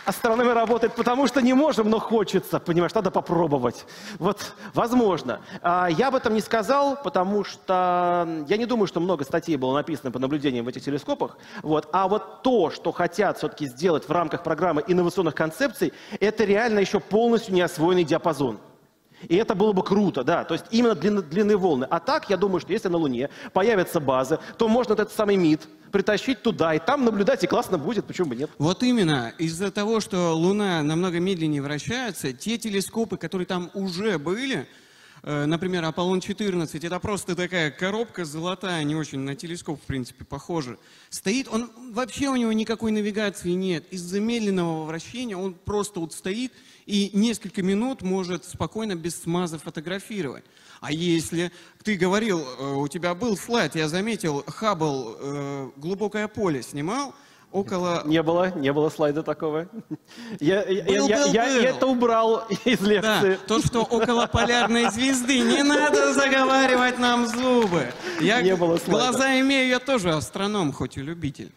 астрономия работает, потому что не можем, но хочется, понимаешь, надо попробовать. Вот, возможно. Я об этом не сказал, потому что я не думаю, что много статей было написано по наблюдениям в этих телескопах. Вот. А вот то, что хотят все-таки сделать в рамках программы инновационных концепций, это реально еще полностью неосвоенный диапазон. И это было бы круто, да, то есть именно длинные волны. А так, я думаю, что если на Луне появятся базы, то можно этот самый МИД притащить туда, и там наблюдать, и классно будет, почему бы нет? Вот именно, из-за того, что Луна намного медленнее вращается, те телескопы, которые там уже были, например, Аполлон-14, это просто такая коробка золотая, не очень на телескоп, в принципе, похожа. Стоит, он вообще у него никакой навигации нет. Из-за медленного вращения он просто вот стоит и несколько минут может спокойно без смаза фотографировать. А если, ты говорил, у тебя был слайд, я заметил, Хаббл глубокое поле снимал, около... Не было слайда такого. Я это убрал из лекции. Да, то, что около полярной звезды. Не надо заговаривать нам зубы. Не было слайда. Глаза имею, я тоже астроном, хоть и любитель.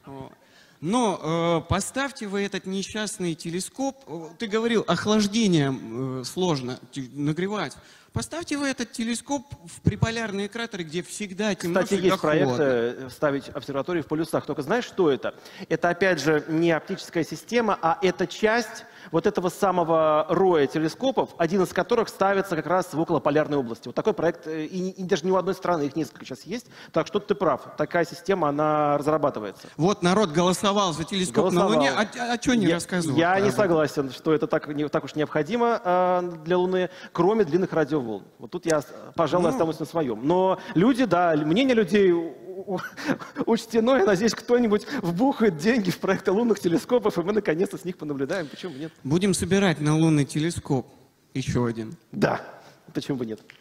Но поставьте вы этот несчастный телескоп. Ты говорил, охлаждение сложно нагревать. Поставьте вы этот телескоп в приполярные кратеры, где всегда темно. Кстати, есть проект ставить обсерватории в полюсах. Только знаешь, что это? Это, опять же, не оптическая система, а это часть вот этого самого роя телескопов, один из которых ставится как раз в околополярной области. Вот такой проект, и даже не у одной страны, их несколько сейчас есть. Так что ты прав, такая система, она разрабатывается. Вот народ голосовал за телескоп на Луне, а что не рассказывал? Я не согласен, что это так уж необходимо для Луны, кроме длинных радиоволн. Вот тут я, пожалуй, останусь на своем. Но люди, да, мнение людей учтено, и, надеюсь, кто-нибудь вбухает деньги в проекты лунных телескопов, и мы наконец-то с них понаблюдаем. Почему нет? Будем собирать на лунный телескоп еще один. Да, почему бы нет?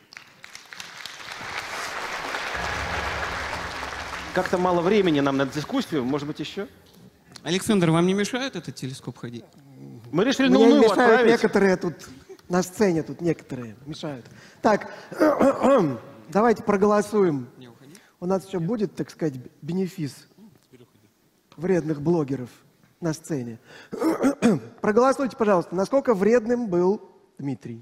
Как-то мало времени нам на дискуссию, может быть, еще? Александр, вам не мешает этот телескоп ходить? Мы решили на Мне Луну его мешают отправить. некоторые тут, на сцене тут некоторые мешают. Так, давайте проголосуем. У нас еще будет, так сказать, бенефис вредных блогеров на сцене. Проголосуйте, пожалуйста, насколько вредным был Дмитрий.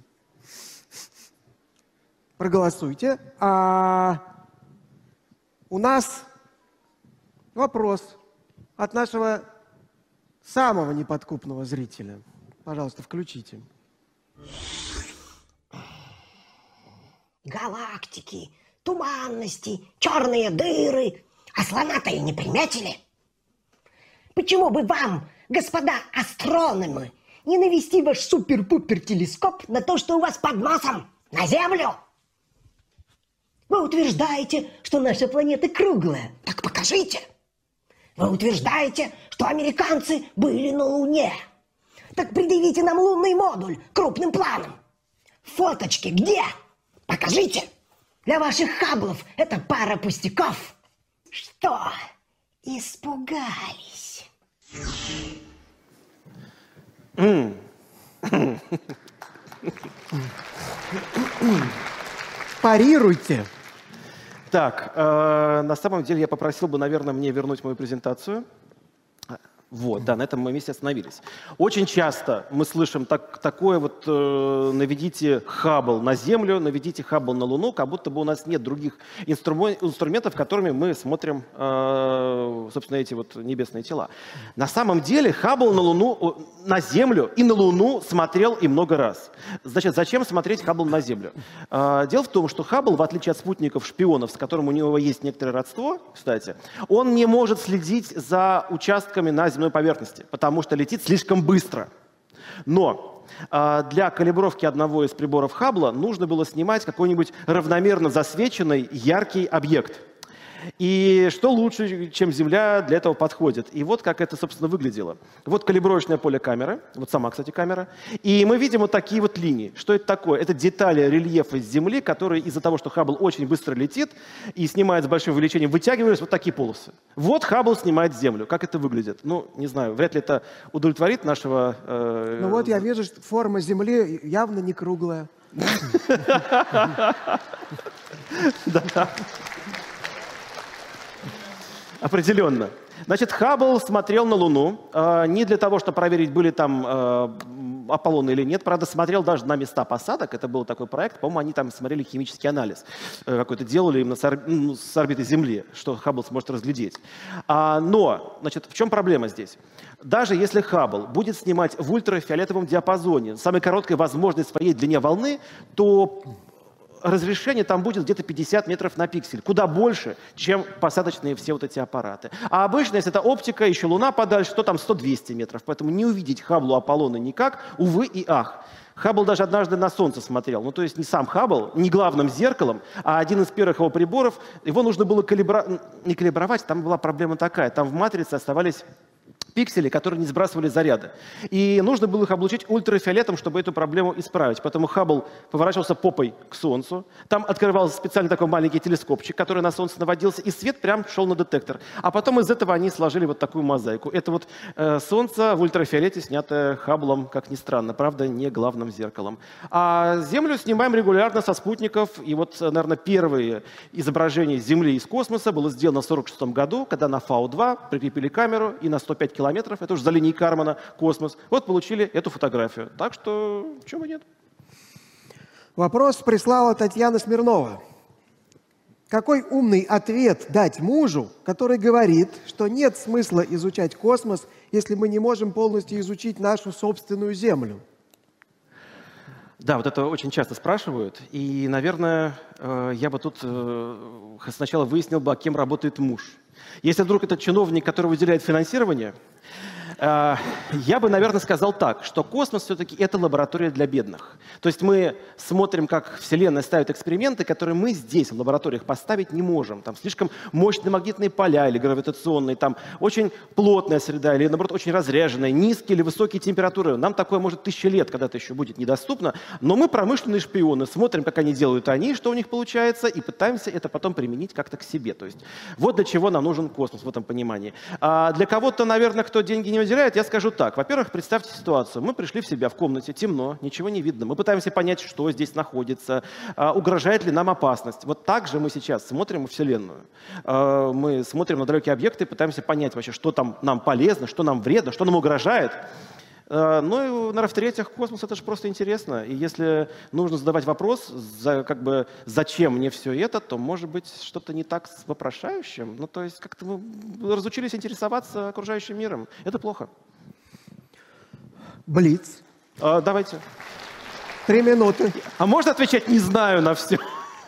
Проголосуйте. А у нас вопрос от нашего самого неподкупного зрителя. Пожалуйста, включите. Галактики, туманности, черные дыры. А слона-то и не приметили. Почему бы вам, господа астрономы, не навести ваш супер-пупер телескоп на то, что у вас под носом, на Землю? Вы утверждаете, что наша планета круглая. Так покажите. Вы утверждаете, что американцы были на Луне. Так предъявите нам лунный модуль крупным планом. Фоточки где? Покажите. Для ваших Хабблов это пара пустяков. Что? Испугались? Парируйте. Так, на самом деле я попросил бы, наверное, мне вернуть мою презентацию. Вот, да, на этом мы вместе остановились. Очень часто мы слышим такое вот «наведите Хаббл на Землю, наведите Хаббл на Луну», как будто бы у нас нет других инструментов, которыми мы смотрим, собственно, эти вот небесные тела. На самом деле Хаббл на Луну, на Землю и на Луну смотрел и много раз. Значит, зачем смотреть Хаббл на Землю? Дело в том, что Хаббл, в отличие от спутников-шпионов, с которым у него есть некоторое родство, кстати, он не может следить за участками на земной поверхности, потому что летит слишком быстро. Но для калибровки одного из приборов Хаббла нужно было снимать какой-нибудь равномерно засвеченный яркий объект. И что лучше, чем Земля, для этого подходит. И вот как это, собственно, выглядело. Вот калибровочное поле камеры, вот сама, кстати, камера. И мы видим вот такие вот линии. Что это такое? Это детали рельефа Земли, которые из-за того, что Хаббл очень быстро летит и снимает с большим увеличением, вытягивались вот такие полосы. Вот Хаббл снимает Землю. Как это выглядит? Ну, не знаю, вряд ли это удовлетворит нашего... Ну вот я вижу, что форма Земли явно не круглая. Да. Определенно. Значит, Хаббл смотрел на Луну не для того, чтобы проверить, были там Аполлоны или нет. Правда, смотрел даже на места посадок. Это был такой проект. По-моему, они там смотрели химический анализ. Какой-то делали именно с орбиты Земли, что Хаббл сможет разглядеть. Но, значит, в чем проблема здесь? Даже если Хаббл будет снимать в ультрафиолетовом диапазоне, самой короткой возможной своей длине волны, то разрешение там будет где-то 50 метров на пиксель. Куда больше, чем посадочные все вот эти аппараты. А обычно, если это оптика, еще Луна подальше, то там 100-200 метров. Поэтому не увидеть Хабблу Аполлона никак, увы и ах. Хаббл даже однажды на Солнце смотрел. Ну, то есть не сам Хаббл, не главным зеркалом, а один из первых его приборов. Его нужно было не калибровать, там была проблема такая. Там в матрице оставались пиксели, которые не сбрасывали заряды. И нужно было их облучить ультрафиолетом, чтобы эту проблему исправить. Поэтому Хаббл поворачивался попой к Солнцу. Там открывался специальный такой маленький телескопчик, который на Солнце наводился, и свет прям шел на детектор. А потом из этого они сложили вот такую мозаику. Это вот Солнце в ультрафиолете, снятое Хабблом, как ни странно, правда, не главным зеркалом. А Землю снимаем регулярно со спутников. И вот, наверное, первые изображения Земли из космоса было сделано в 1946 году, когда на Фау-2 прикрепили камеру и на 105 километров, это уже за линией Кармана, космос. Вот получили эту фотографию. Так что, почему бы нет? Вопрос прислала Татьяна Смирнова. Какой умный ответ дать мужу, который говорит, что нет смысла изучать космос, если мы не можем полностью изучить нашу собственную Землю? Да, вот это очень часто спрашивают. И, наверное, я бы тут сначала выяснил бы, кем работает муж. Если вдруг это чиновник, который выделяет финансирование, я бы, наверное, сказал так, что космос все-таки это лаборатория для бедных. То есть мы смотрим, как Вселенная ставит эксперименты, которые мы здесь в лабораториях поставить не можем. Там слишком мощные магнитные поля или гравитационные, там очень плотная среда или, наоборот, очень разряженная, низкие или высокие температуры. Нам такое, может, 1000 лет когда-то еще будет недоступно. Но мы промышленные шпионы, смотрим, как они делают они, что у них получается, и пытаемся это потом применить как-то к себе. То есть вот для чего нам нужен космос в этом понимании. А для кого-то, наверное, кто деньги не выделяет, я скажу так. Во-первых, представьте ситуацию. Мы пришли в себя в комнате, темно, ничего не видно. Мы пытаемся понять, что здесь находится, угрожает ли нам опасность. Вот так же мы сейчас смотрим в Вселенную. Мы смотрим на далекие объекты и пытаемся понять вообще, что там нам полезно, что нам вредно, что нам угрожает. Ну и, наверное, в-третьих, космос — это же просто интересно. И если нужно задавать вопрос, зачем мне все это, то, может быть, что-то не так с вопрошающим. Ну, то есть как-то мы разучились интересоваться окружающим миром. Это плохо. Блиц. Давайте. 3 минуты. А можно отвечать «не знаю» на все?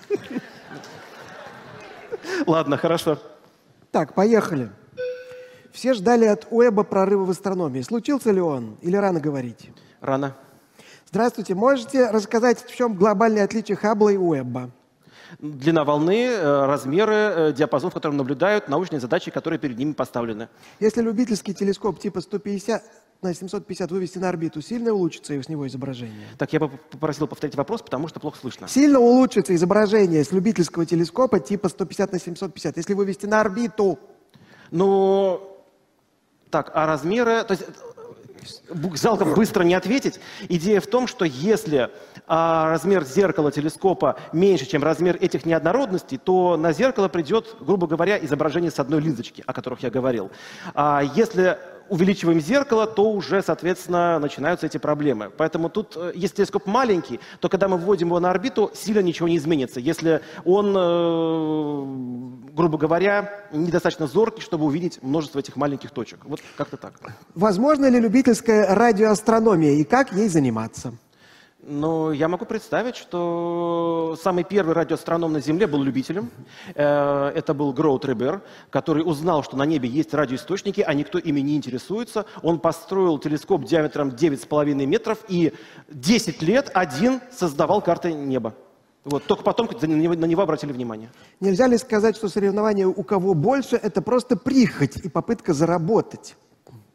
Ладно, хорошо. Так, поехали. Все ждали от Уэбба прорыва в астрономии. Случился ли он? Или рано говорить? Рано. Здравствуйте. Можете рассказать, в чем глобальное отличие Хаббла и Уэбба? Длина волны, размеры, диапазон, в котором наблюдают научные задачи, которые перед ними поставлены. Если любительский телескоп типа 150 на 750 вывести на орбиту, сильно улучшится с него изображение? Так, я бы попросил повторить вопрос, потому что плохо слышно. Сильно улучшится изображение с любительского телескопа типа 150 на 750, если вывести на орбиту? Ну, так, а размеры... То есть, залпом быстро не ответить. Идея в том, что если размер зеркала телескопа меньше, чем размер этих неоднородностей, то на зеркало придет, грубо говоря, изображение с одной линзочки, о которых я говорил. А если увеличиваем зеркало, то уже, соответственно, начинаются эти проблемы. Поэтому тут, если телескоп маленький, то когда мы вводим его на орбиту, сильно ничего не изменится. Если он, грубо говоря, недостаточно зоркий, чтобы увидеть множество этих маленьких точек. Вот как-то так. Возможно ли любительская радиоастрономия и как ей заниматься? Ну, я могу представить, что самый первый радиоастроном на Земле был любителем. Это был Гроут Ребер, который узнал, что на небе есть радиоисточники, а никто ими не интересуется. Он построил телескоп диаметром 9,5 метров и 10 лет один создавал карты неба. Вот. Только потом на него обратили внимание. Нельзя ли сказать, что соревнование у кого больше – это просто прихоть и попытка заработать?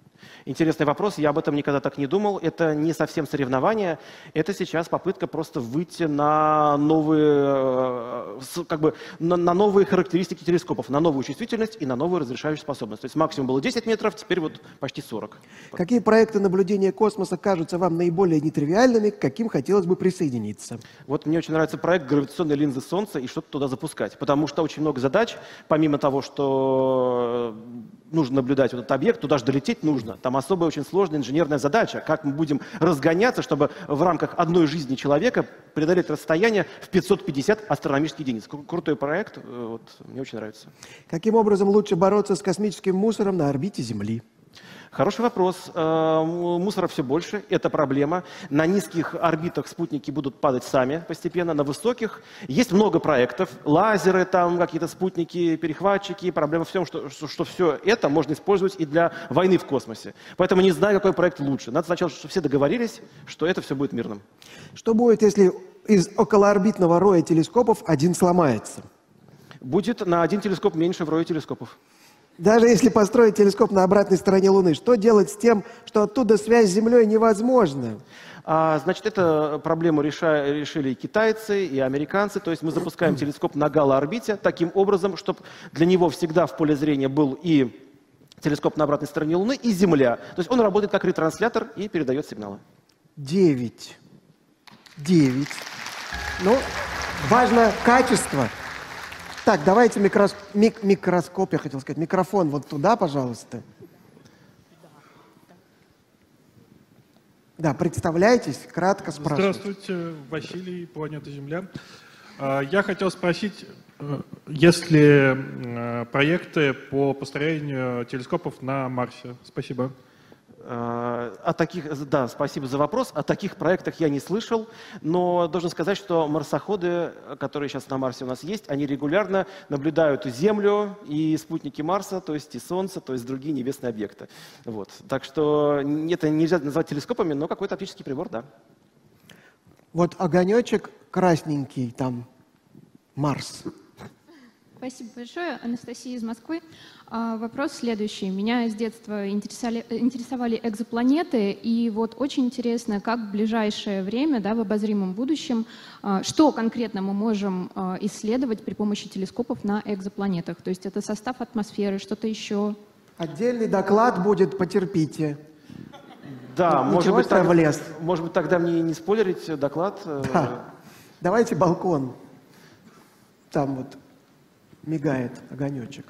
Интересный вопрос, я об этом никогда так не думал. Это не совсем соревнование, это сейчас попытка просто выйти на новые, на новые характеристики телескопов, на новую чувствительность и на новую разрешающую способность. То есть максимум было 10 метров, теперь вот почти 40. Какие проекты наблюдения космоса кажутся вам наиболее нетривиальными, к каким хотелось бы присоединиться? Вот мне очень нравится проект гравитационной линзы Солнца и что-то туда запускать, потому что очень много задач, помимо того, что нужно наблюдать вот этот объект, туда же долететь нужно. Там особая очень сложная инженерная задача, как мы будем разгоняться, чтобы в рамках одной жизни человека преодолеть расстояние в 550 астрономических единиц. Крутой проект, вот, мне очень нравится. Каким образом лучше бороться с космическим мусором на орбите Земли? Хороший вопрос. Мусора все больше, это проблема. На низких орбитах спутники будут падать сами постепенно, на высоких. Есть много проектов, лазеры, там какие-то спутники, перехватчики. Проблема в том, что все это можно использовать и для войны в космосе. Поэтому не знаю, какой проект лучше. Надо сначала, чтобы все договорились, что это все будет мирным. Что будет, если из околоорбитного роя телескопов один сломается? Будет на один телескоп меньше в рое телескопов. Даже если построить телескоп на обратной стороне Луны, что делать с тем, что оттуда связь с Землей невозможна? Значит, эту проблему решили и китайцы, и американцы. То есть мы запускаем телескоп на галоорбите таким образом, чтобы для него всегда в поле зрения был и телескоп на обратной стороне Луны, и Земля. То есть он работает как ретранслятор и передает сигналы. 9. Ну, важно качество. Так, давайте микроскоп, я хотел сказать, микрофон вот туда, пожалуйста. Да, представляйтесь, кратко спрашивайте. Здравствуйте, Василий, планета Земля. Я хотел спросить, есть ли проекты по построению телескопов на Марсе? Спасибо. Да, спасибо за вопрос. О таких проектах я не слышал, но должен сказать, что марсоходы, которые сейчас на Марсе у нас есть, они регулярно наблюдают и Землю, и спутники Марса, то есть и Солнце, то есть другие небесные объекты. Вот. Так что это нельзя назвать телескопами, но какой-то оптический прибор, да. Вот огонечек красненький, там Марс. Спасибо большое. Анастасия из Москвы. Вопрос следующий. Меня с детства интересовали экзопланеты, и вот очень интересно, как в ближайшее время, да, в обозримом будущем, что конкретно мы можем исследовать при помощи телескопов на экзопланетах. То есть это состав атмосферы, что-то еще. Отдельный доклад будет, потерпите. Да, может быть, влез. Может быть, тогда мне не спойлерить доклад. Да. Давайте балкон. Там вот мигает огонечек.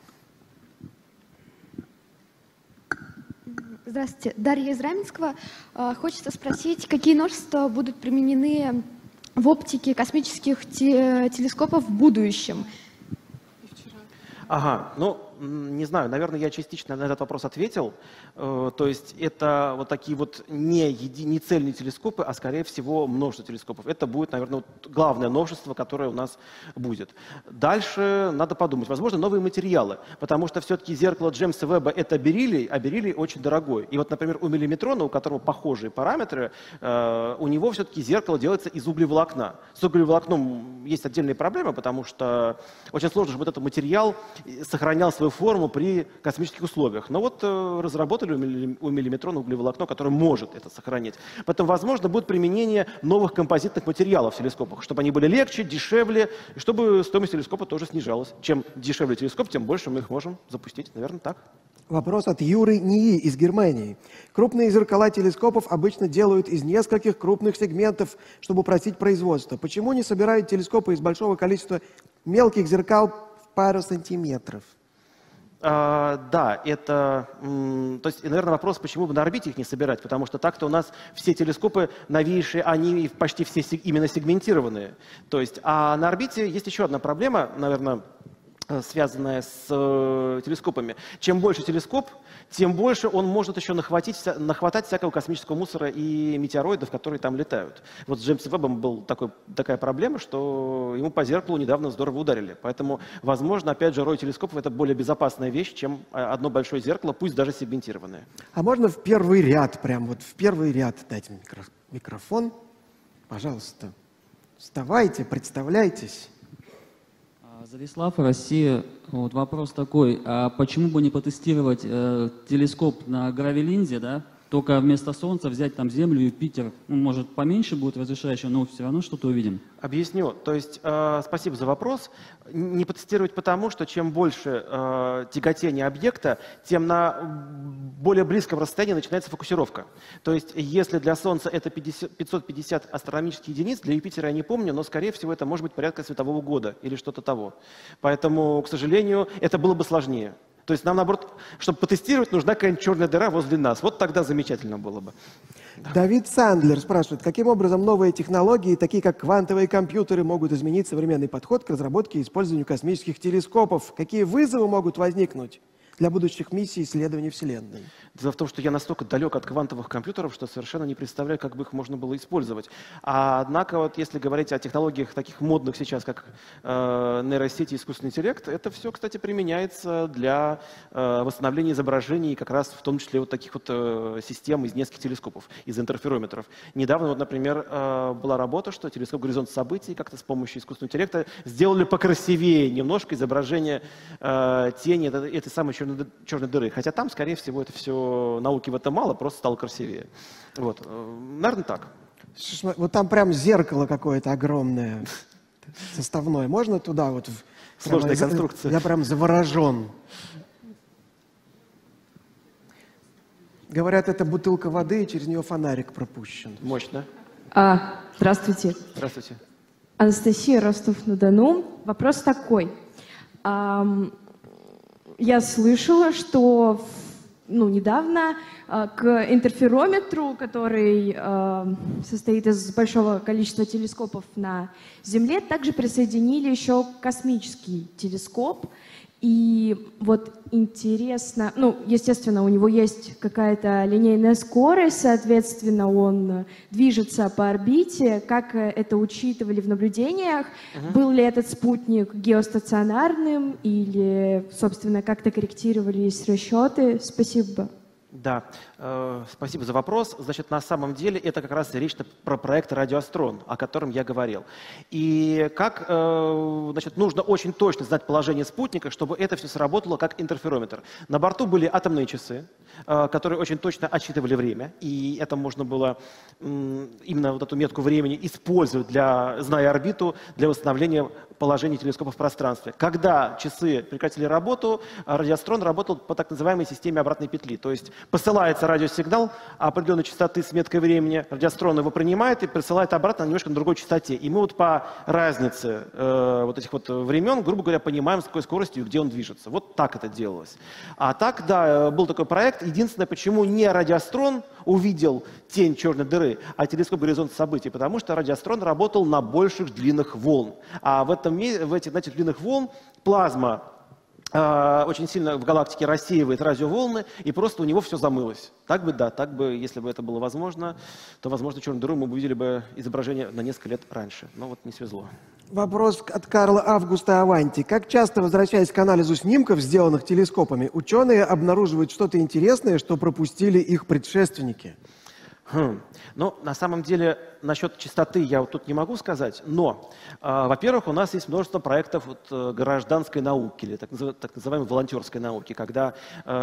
Здравствуйте, Дарья из Раменского. Хочется спросить, какие новшества будут применены в оптике космических телескопов в будущем? Ну, не знаю, наверное, я частично на этот вопрос ответил. То есть это вот такие вот не цельные телескопы, а скорее всего множество телескопов. Это будет, наверное, вот главное новшество, которое у нас будет. Дальше надо подумать. Возможно, новые материалы, потому что все-таки зеркало Джеймса Веба — это бериллий, а бериллий очень дорогой. И вот, например, у миллиметрона, у которого похожие параметры, у него все-таки зеркало делается из углеволокна. С углеволокном есть отдельные проблемы, потому что очень сложно, чтобы этот материал сохранял свою форму при космических условиях. Но вот разработали у миллиметрона углеволокно, которое может это сохранить. Поэтому, возможно, будет применение новых композитных материалов в телескопах, чтобы они были легче, дешевле, и чтобы стоимость телескопа тоже снижалась. Чем дешевле телескоп, тем больше мы их можем запустить. Наверное, так. Вопрос от Юры НИИ из Германии. Крупные зеркала телескопов обычно делают из нескольких крупных сегментов, чтобы упростить производство. Почему не собирают телескопы из большого количества мелких зеркал в пару сантиметров? Да, это, то есть, наверное, вопрос, почему бы на орбите их не собирать, потому что так-то у нас все телескопы новейшие, они почти все именно сегментированные. То есть, а на орбите есть еще одна проблема, наверное, связанная с телескопами. Чем больше телескоп, тем больше он может еще нахватать всякого космического мусора и метеороидов, которые там летают. Вот с Джеймсом Вебом была такая проблема, что ему по зеркалу недавно здорово ударили. Поэтому, возможно, опять же, рой телескопов — это более безопасная вещь, чем одно большое зеркало, пусть даже сегментированное. А можно в первый ряд, прям вот в первый ряд дайте микрофон? Пожалуйста. Вставайте, представляйтесь. Завислав, Россия. Вот вопрос такой, а почему бы не потестировать телескоп на гравилинзе, да? Только вместо Солнца взять там Землю, Юпитер, ну, может поменьше будет разрешающее, но все равно что-то увидим. Объясню. То есть, спасибо за вопрос. Не потестировать потому, что чем больше тяготения объекта, тем на более близком расстоянии начинается фокусировка. То есть, если для Солнца это 550 астрономических единиц, для Юпитера я не помню, но, скорее всего, это может быть порядка светового года или что-то того. Поэтому, к сожалению, это было бы сложнее. То есть нам, наоборот, чтобы потестировать, нужна какая-нибудь черная дыра возле нас. Вот тогда замечательно было бы. Давид Сандлер спрашивает, каким образом новые технологии, такие как квантовые компьютеры, могут изменить современный подход к разработке и использованию космических телескопов? Какие вызовы могут возникнуть для будущих миссий исследования Вселенной? Дело в том, что я настолько далек от квантовых компьютеров, что совершенно не представляю, как бы их можно было использовать. Однако, вот если говорить о технологиях таких модных сейчас, как нейросети и искусственный интеллект, это все, кстати, применяется для восстановления изображений, как раз в том числе вот таких вот систем из нескольких телескопов, из интерферометров. Недавно, вот, например, была работа, что телескоп «Горизонт событий» как-то с помощью искусственного интеллекта сделали покрасивее немножко изображение тени этой самой черной дыры. Хотя там, скорее всего, это все науки в этом мало, просто стало красивее. Вот. Наверное, так. Вот там прям зеркало какое-то огромное, составное. Можно туда вот? Сложная конструкция. Я прям заворожен. Говорят, это бутылка воды, и через нее фонарик пропущен. Мощно. Здравствуйте. Здравствуйте. Анастасия, Ростов-на-Дону. Вопрос такой. Я слышала, что недавно к интерферометру, который состоит из большого количества телескопов на Земле, также присоединили еще космический телескоп. И вот интересно, естественно, у него есть какая-то линейная скорость, соответственно, он движется по орбите. Как это учитывали в наблюдениях? Был ли этот спутник геостационарным или, собственно, как-то корректировались расчеты? Спасибо. Да, спасибо за вопрос. Значит, на самом деле это как раз речь про проект «Радиоастрон», о котором я говорил. И как, нужно очень точно знать положение спутника, чтобы это все сработало как интерферометр. На борту были атомные часы, которые очень точно отсчитывали время, и это можно было именно вот эту метку времени использовать, зная орбиту, для восстановления положения телескопа в пространстве. Когда часы прекратили работу, радиоастрон работал по так называемой системе обратной петли, то есть посылается радиосигнал определенной частоты с меткой времени, радиоастрон его принимает и присылает обратно немножко на другой частоте. И мы вот по разнице вот этих вот времен, грубо говоря, понимаем, с какой скоростью и где он движется. Вот так это делалось. А так, да, был такой проект. Единственное, почему не радиоастрон увидел тень черной дыры, а телескоп «Горизонт событий», потому что радиоастрон работал на больших длинных волн. А в этих длинных волн плазма очень сильно в галактике рассеивает радиоволны, и просто у него все замылось. Так бы, если бы это было возможно, то, возможно, черную дыру мы бы увидели бы изображение на несколько лет раньше. Но вот не свезло. Вопрос от Карла Августа Аванти. Как часто, возвращаясь к анализу снимков, сделанных телескопами, ученые обнаруживают что-то интересное, что пропустили их предшественники? Ну, на самом деле, насчет частоты я вот тут не могу сказать, но, во-первых, у нас есть множество проектов гражданской науки, или так называемой волонтерской науки, когда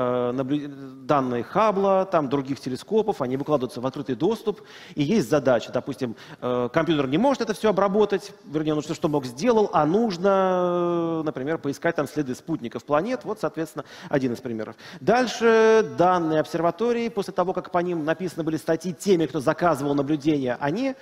данные Хаббла, других телескопов, они выкладываются в открытый доступ, и есть задача, допустим, компьютер не может это все обработать, вернее, он что мог сделал, а нужно, например, поискать там следы спутников планет, вот, соответственно, один из примеров. Дальше данные обсерватории, после того, как по ним написаны были статьи теми, кто заказывал наблюдения, они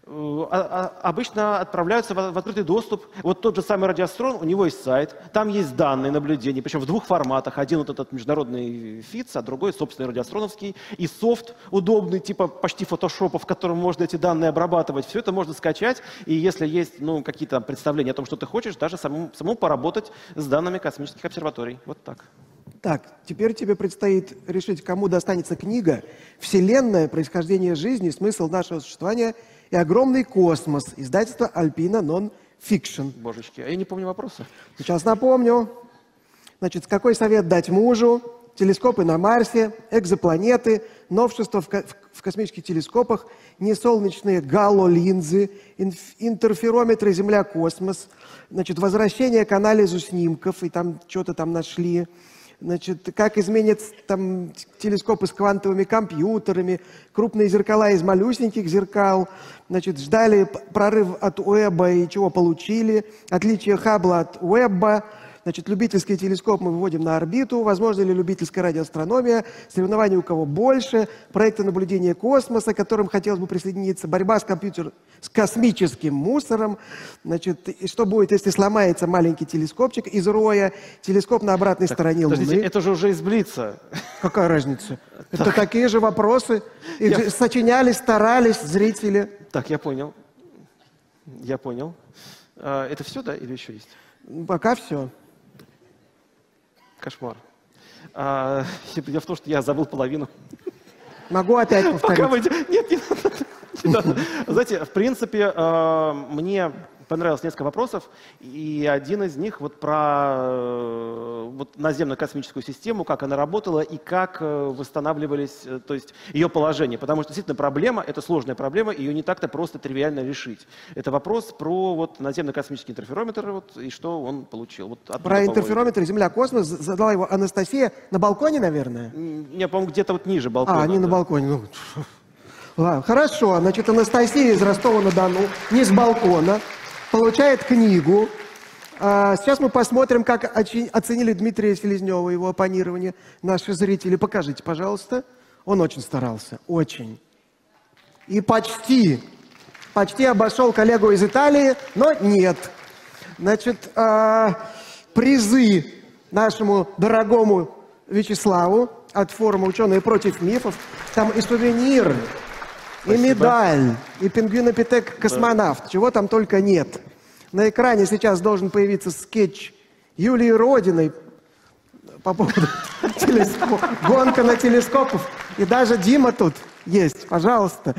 обычно отправляются в открытый доступ. Вот тот же самый радиоастрон, у него есть сайт, там есть данные наблюдений, причем в двух форматах. Один вот этот международный ФИЦ, а другой собственный радиоастроновский. И софт удобный, типа почти фотошопа, в котором можно эти данные обрабатывать. Все это можно скачать, и если есть какие-то представления о том, что ты хочешь, даже самому поработать с данными космических обсерваторий. Вот так. Так, теперь тебе предстоит решить, кому достанется книга «Вселенная. Происхождение жизни. Смысл нашего существования и огромный космос». Издательство Alpina Non-Fiction. Божечки, а я не помню вопроса. Сейчас напомню. Значит, какой совет дать мужу, телескопы на Марсе, экзопланеты, новшества в космических телескопах, несолнечные галлолинзы, интерферометры Земля-космос, значит, возвращение к анализу снимков, и там что-то там нашли. Значит, как изменят там телескопы с квантовыми компьютерами, крупные зеркала из малюсеньких зеркал. Значит, ждали прорыв от Уэбба и чего получили. Отличие Хаббла от Уэбба. Значит, любительский телескоп мы выводим на орбиту. Возможно ли любительская радиоастрономия? Соревнования у кого больше? Проекты наблюдения космоса, к которым хотелось бы присоединиться. Борьба с космическим мусором. Значит, и что будет, если сломается маленький телескопчик из роя? Телескоп на обратной стороне Луны. Это же уже из Блица. Какая разница? Это такие же вопросы. Их сочиняли, старались зрители. Так, я понял. Я понял. Это все, да, или еще есть? Пока все. Кошмар. Дело в том, что я забыл половину. Могу опять повторить? Нет, не надо. Знаете, в принципе, мне понравилось несколько вопросов, и один из них вот про наземную космическую систему, как она работала и как восстанавливались, то есть ее положение. Потому что действительно проблема, это сложная проблема, ее не так-то просто тривиально решить. Это вопрос про наземный космический интерферометр и что он получил. Про интерферометр Земля-космос задала его Анастасия на балконе, наверное? Не, по-моему, где-то ниже балкона. Не на балконе. Ладно, хорошо. Значит, Анастасия из Ростова-на-Дону, не с балкона, получает книгу. Сейчас мы посмотрим, как оценили Дмитрия Селезнева, его оппонирование, наши зрители. Покажите, пожалуйста. Он очень старался, очень. И почти обошел коллегу из Италии, но нет. Значит, призы нашему дорогому Вячеславу от форума «Ученые против мифов». Там и сувенир, и медаль, и пингвинопитек-космонавт. Чего там только нет. На экране сейчас должен появиться скетч Юлии Родиной по поводу гонка на телескопов. И даже Дима тут есть. Пожалуйста.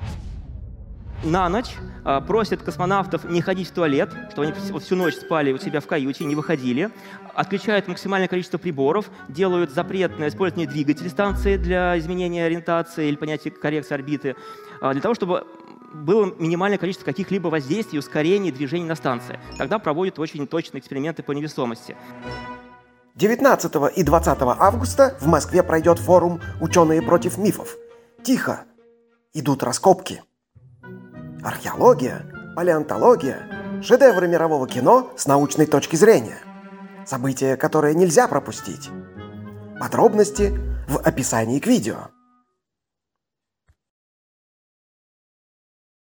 На ночь просят космонавтов не ходить в туалет, чтобы они всю ночь спали у себя в каюте, не выходили. Отключают максимальное количество приборов, делают запрет на использование двигателей станции для изменения ориентации или понятия коррекции орбиты, для того, чтобы было минимальное количество каких-либо воздействий, ускорений, движений на станции. Тогда проводят очень точные эксперименты по невесомости. 19 и 20 августа в Москве пройдет форум «Ученые против мифов». Тихо. Идут раскопки. Археология, палеонтология, шедевры мирового кино с научной точки зрения. События, которые нельзя пропустить. Подробности в описании к видео.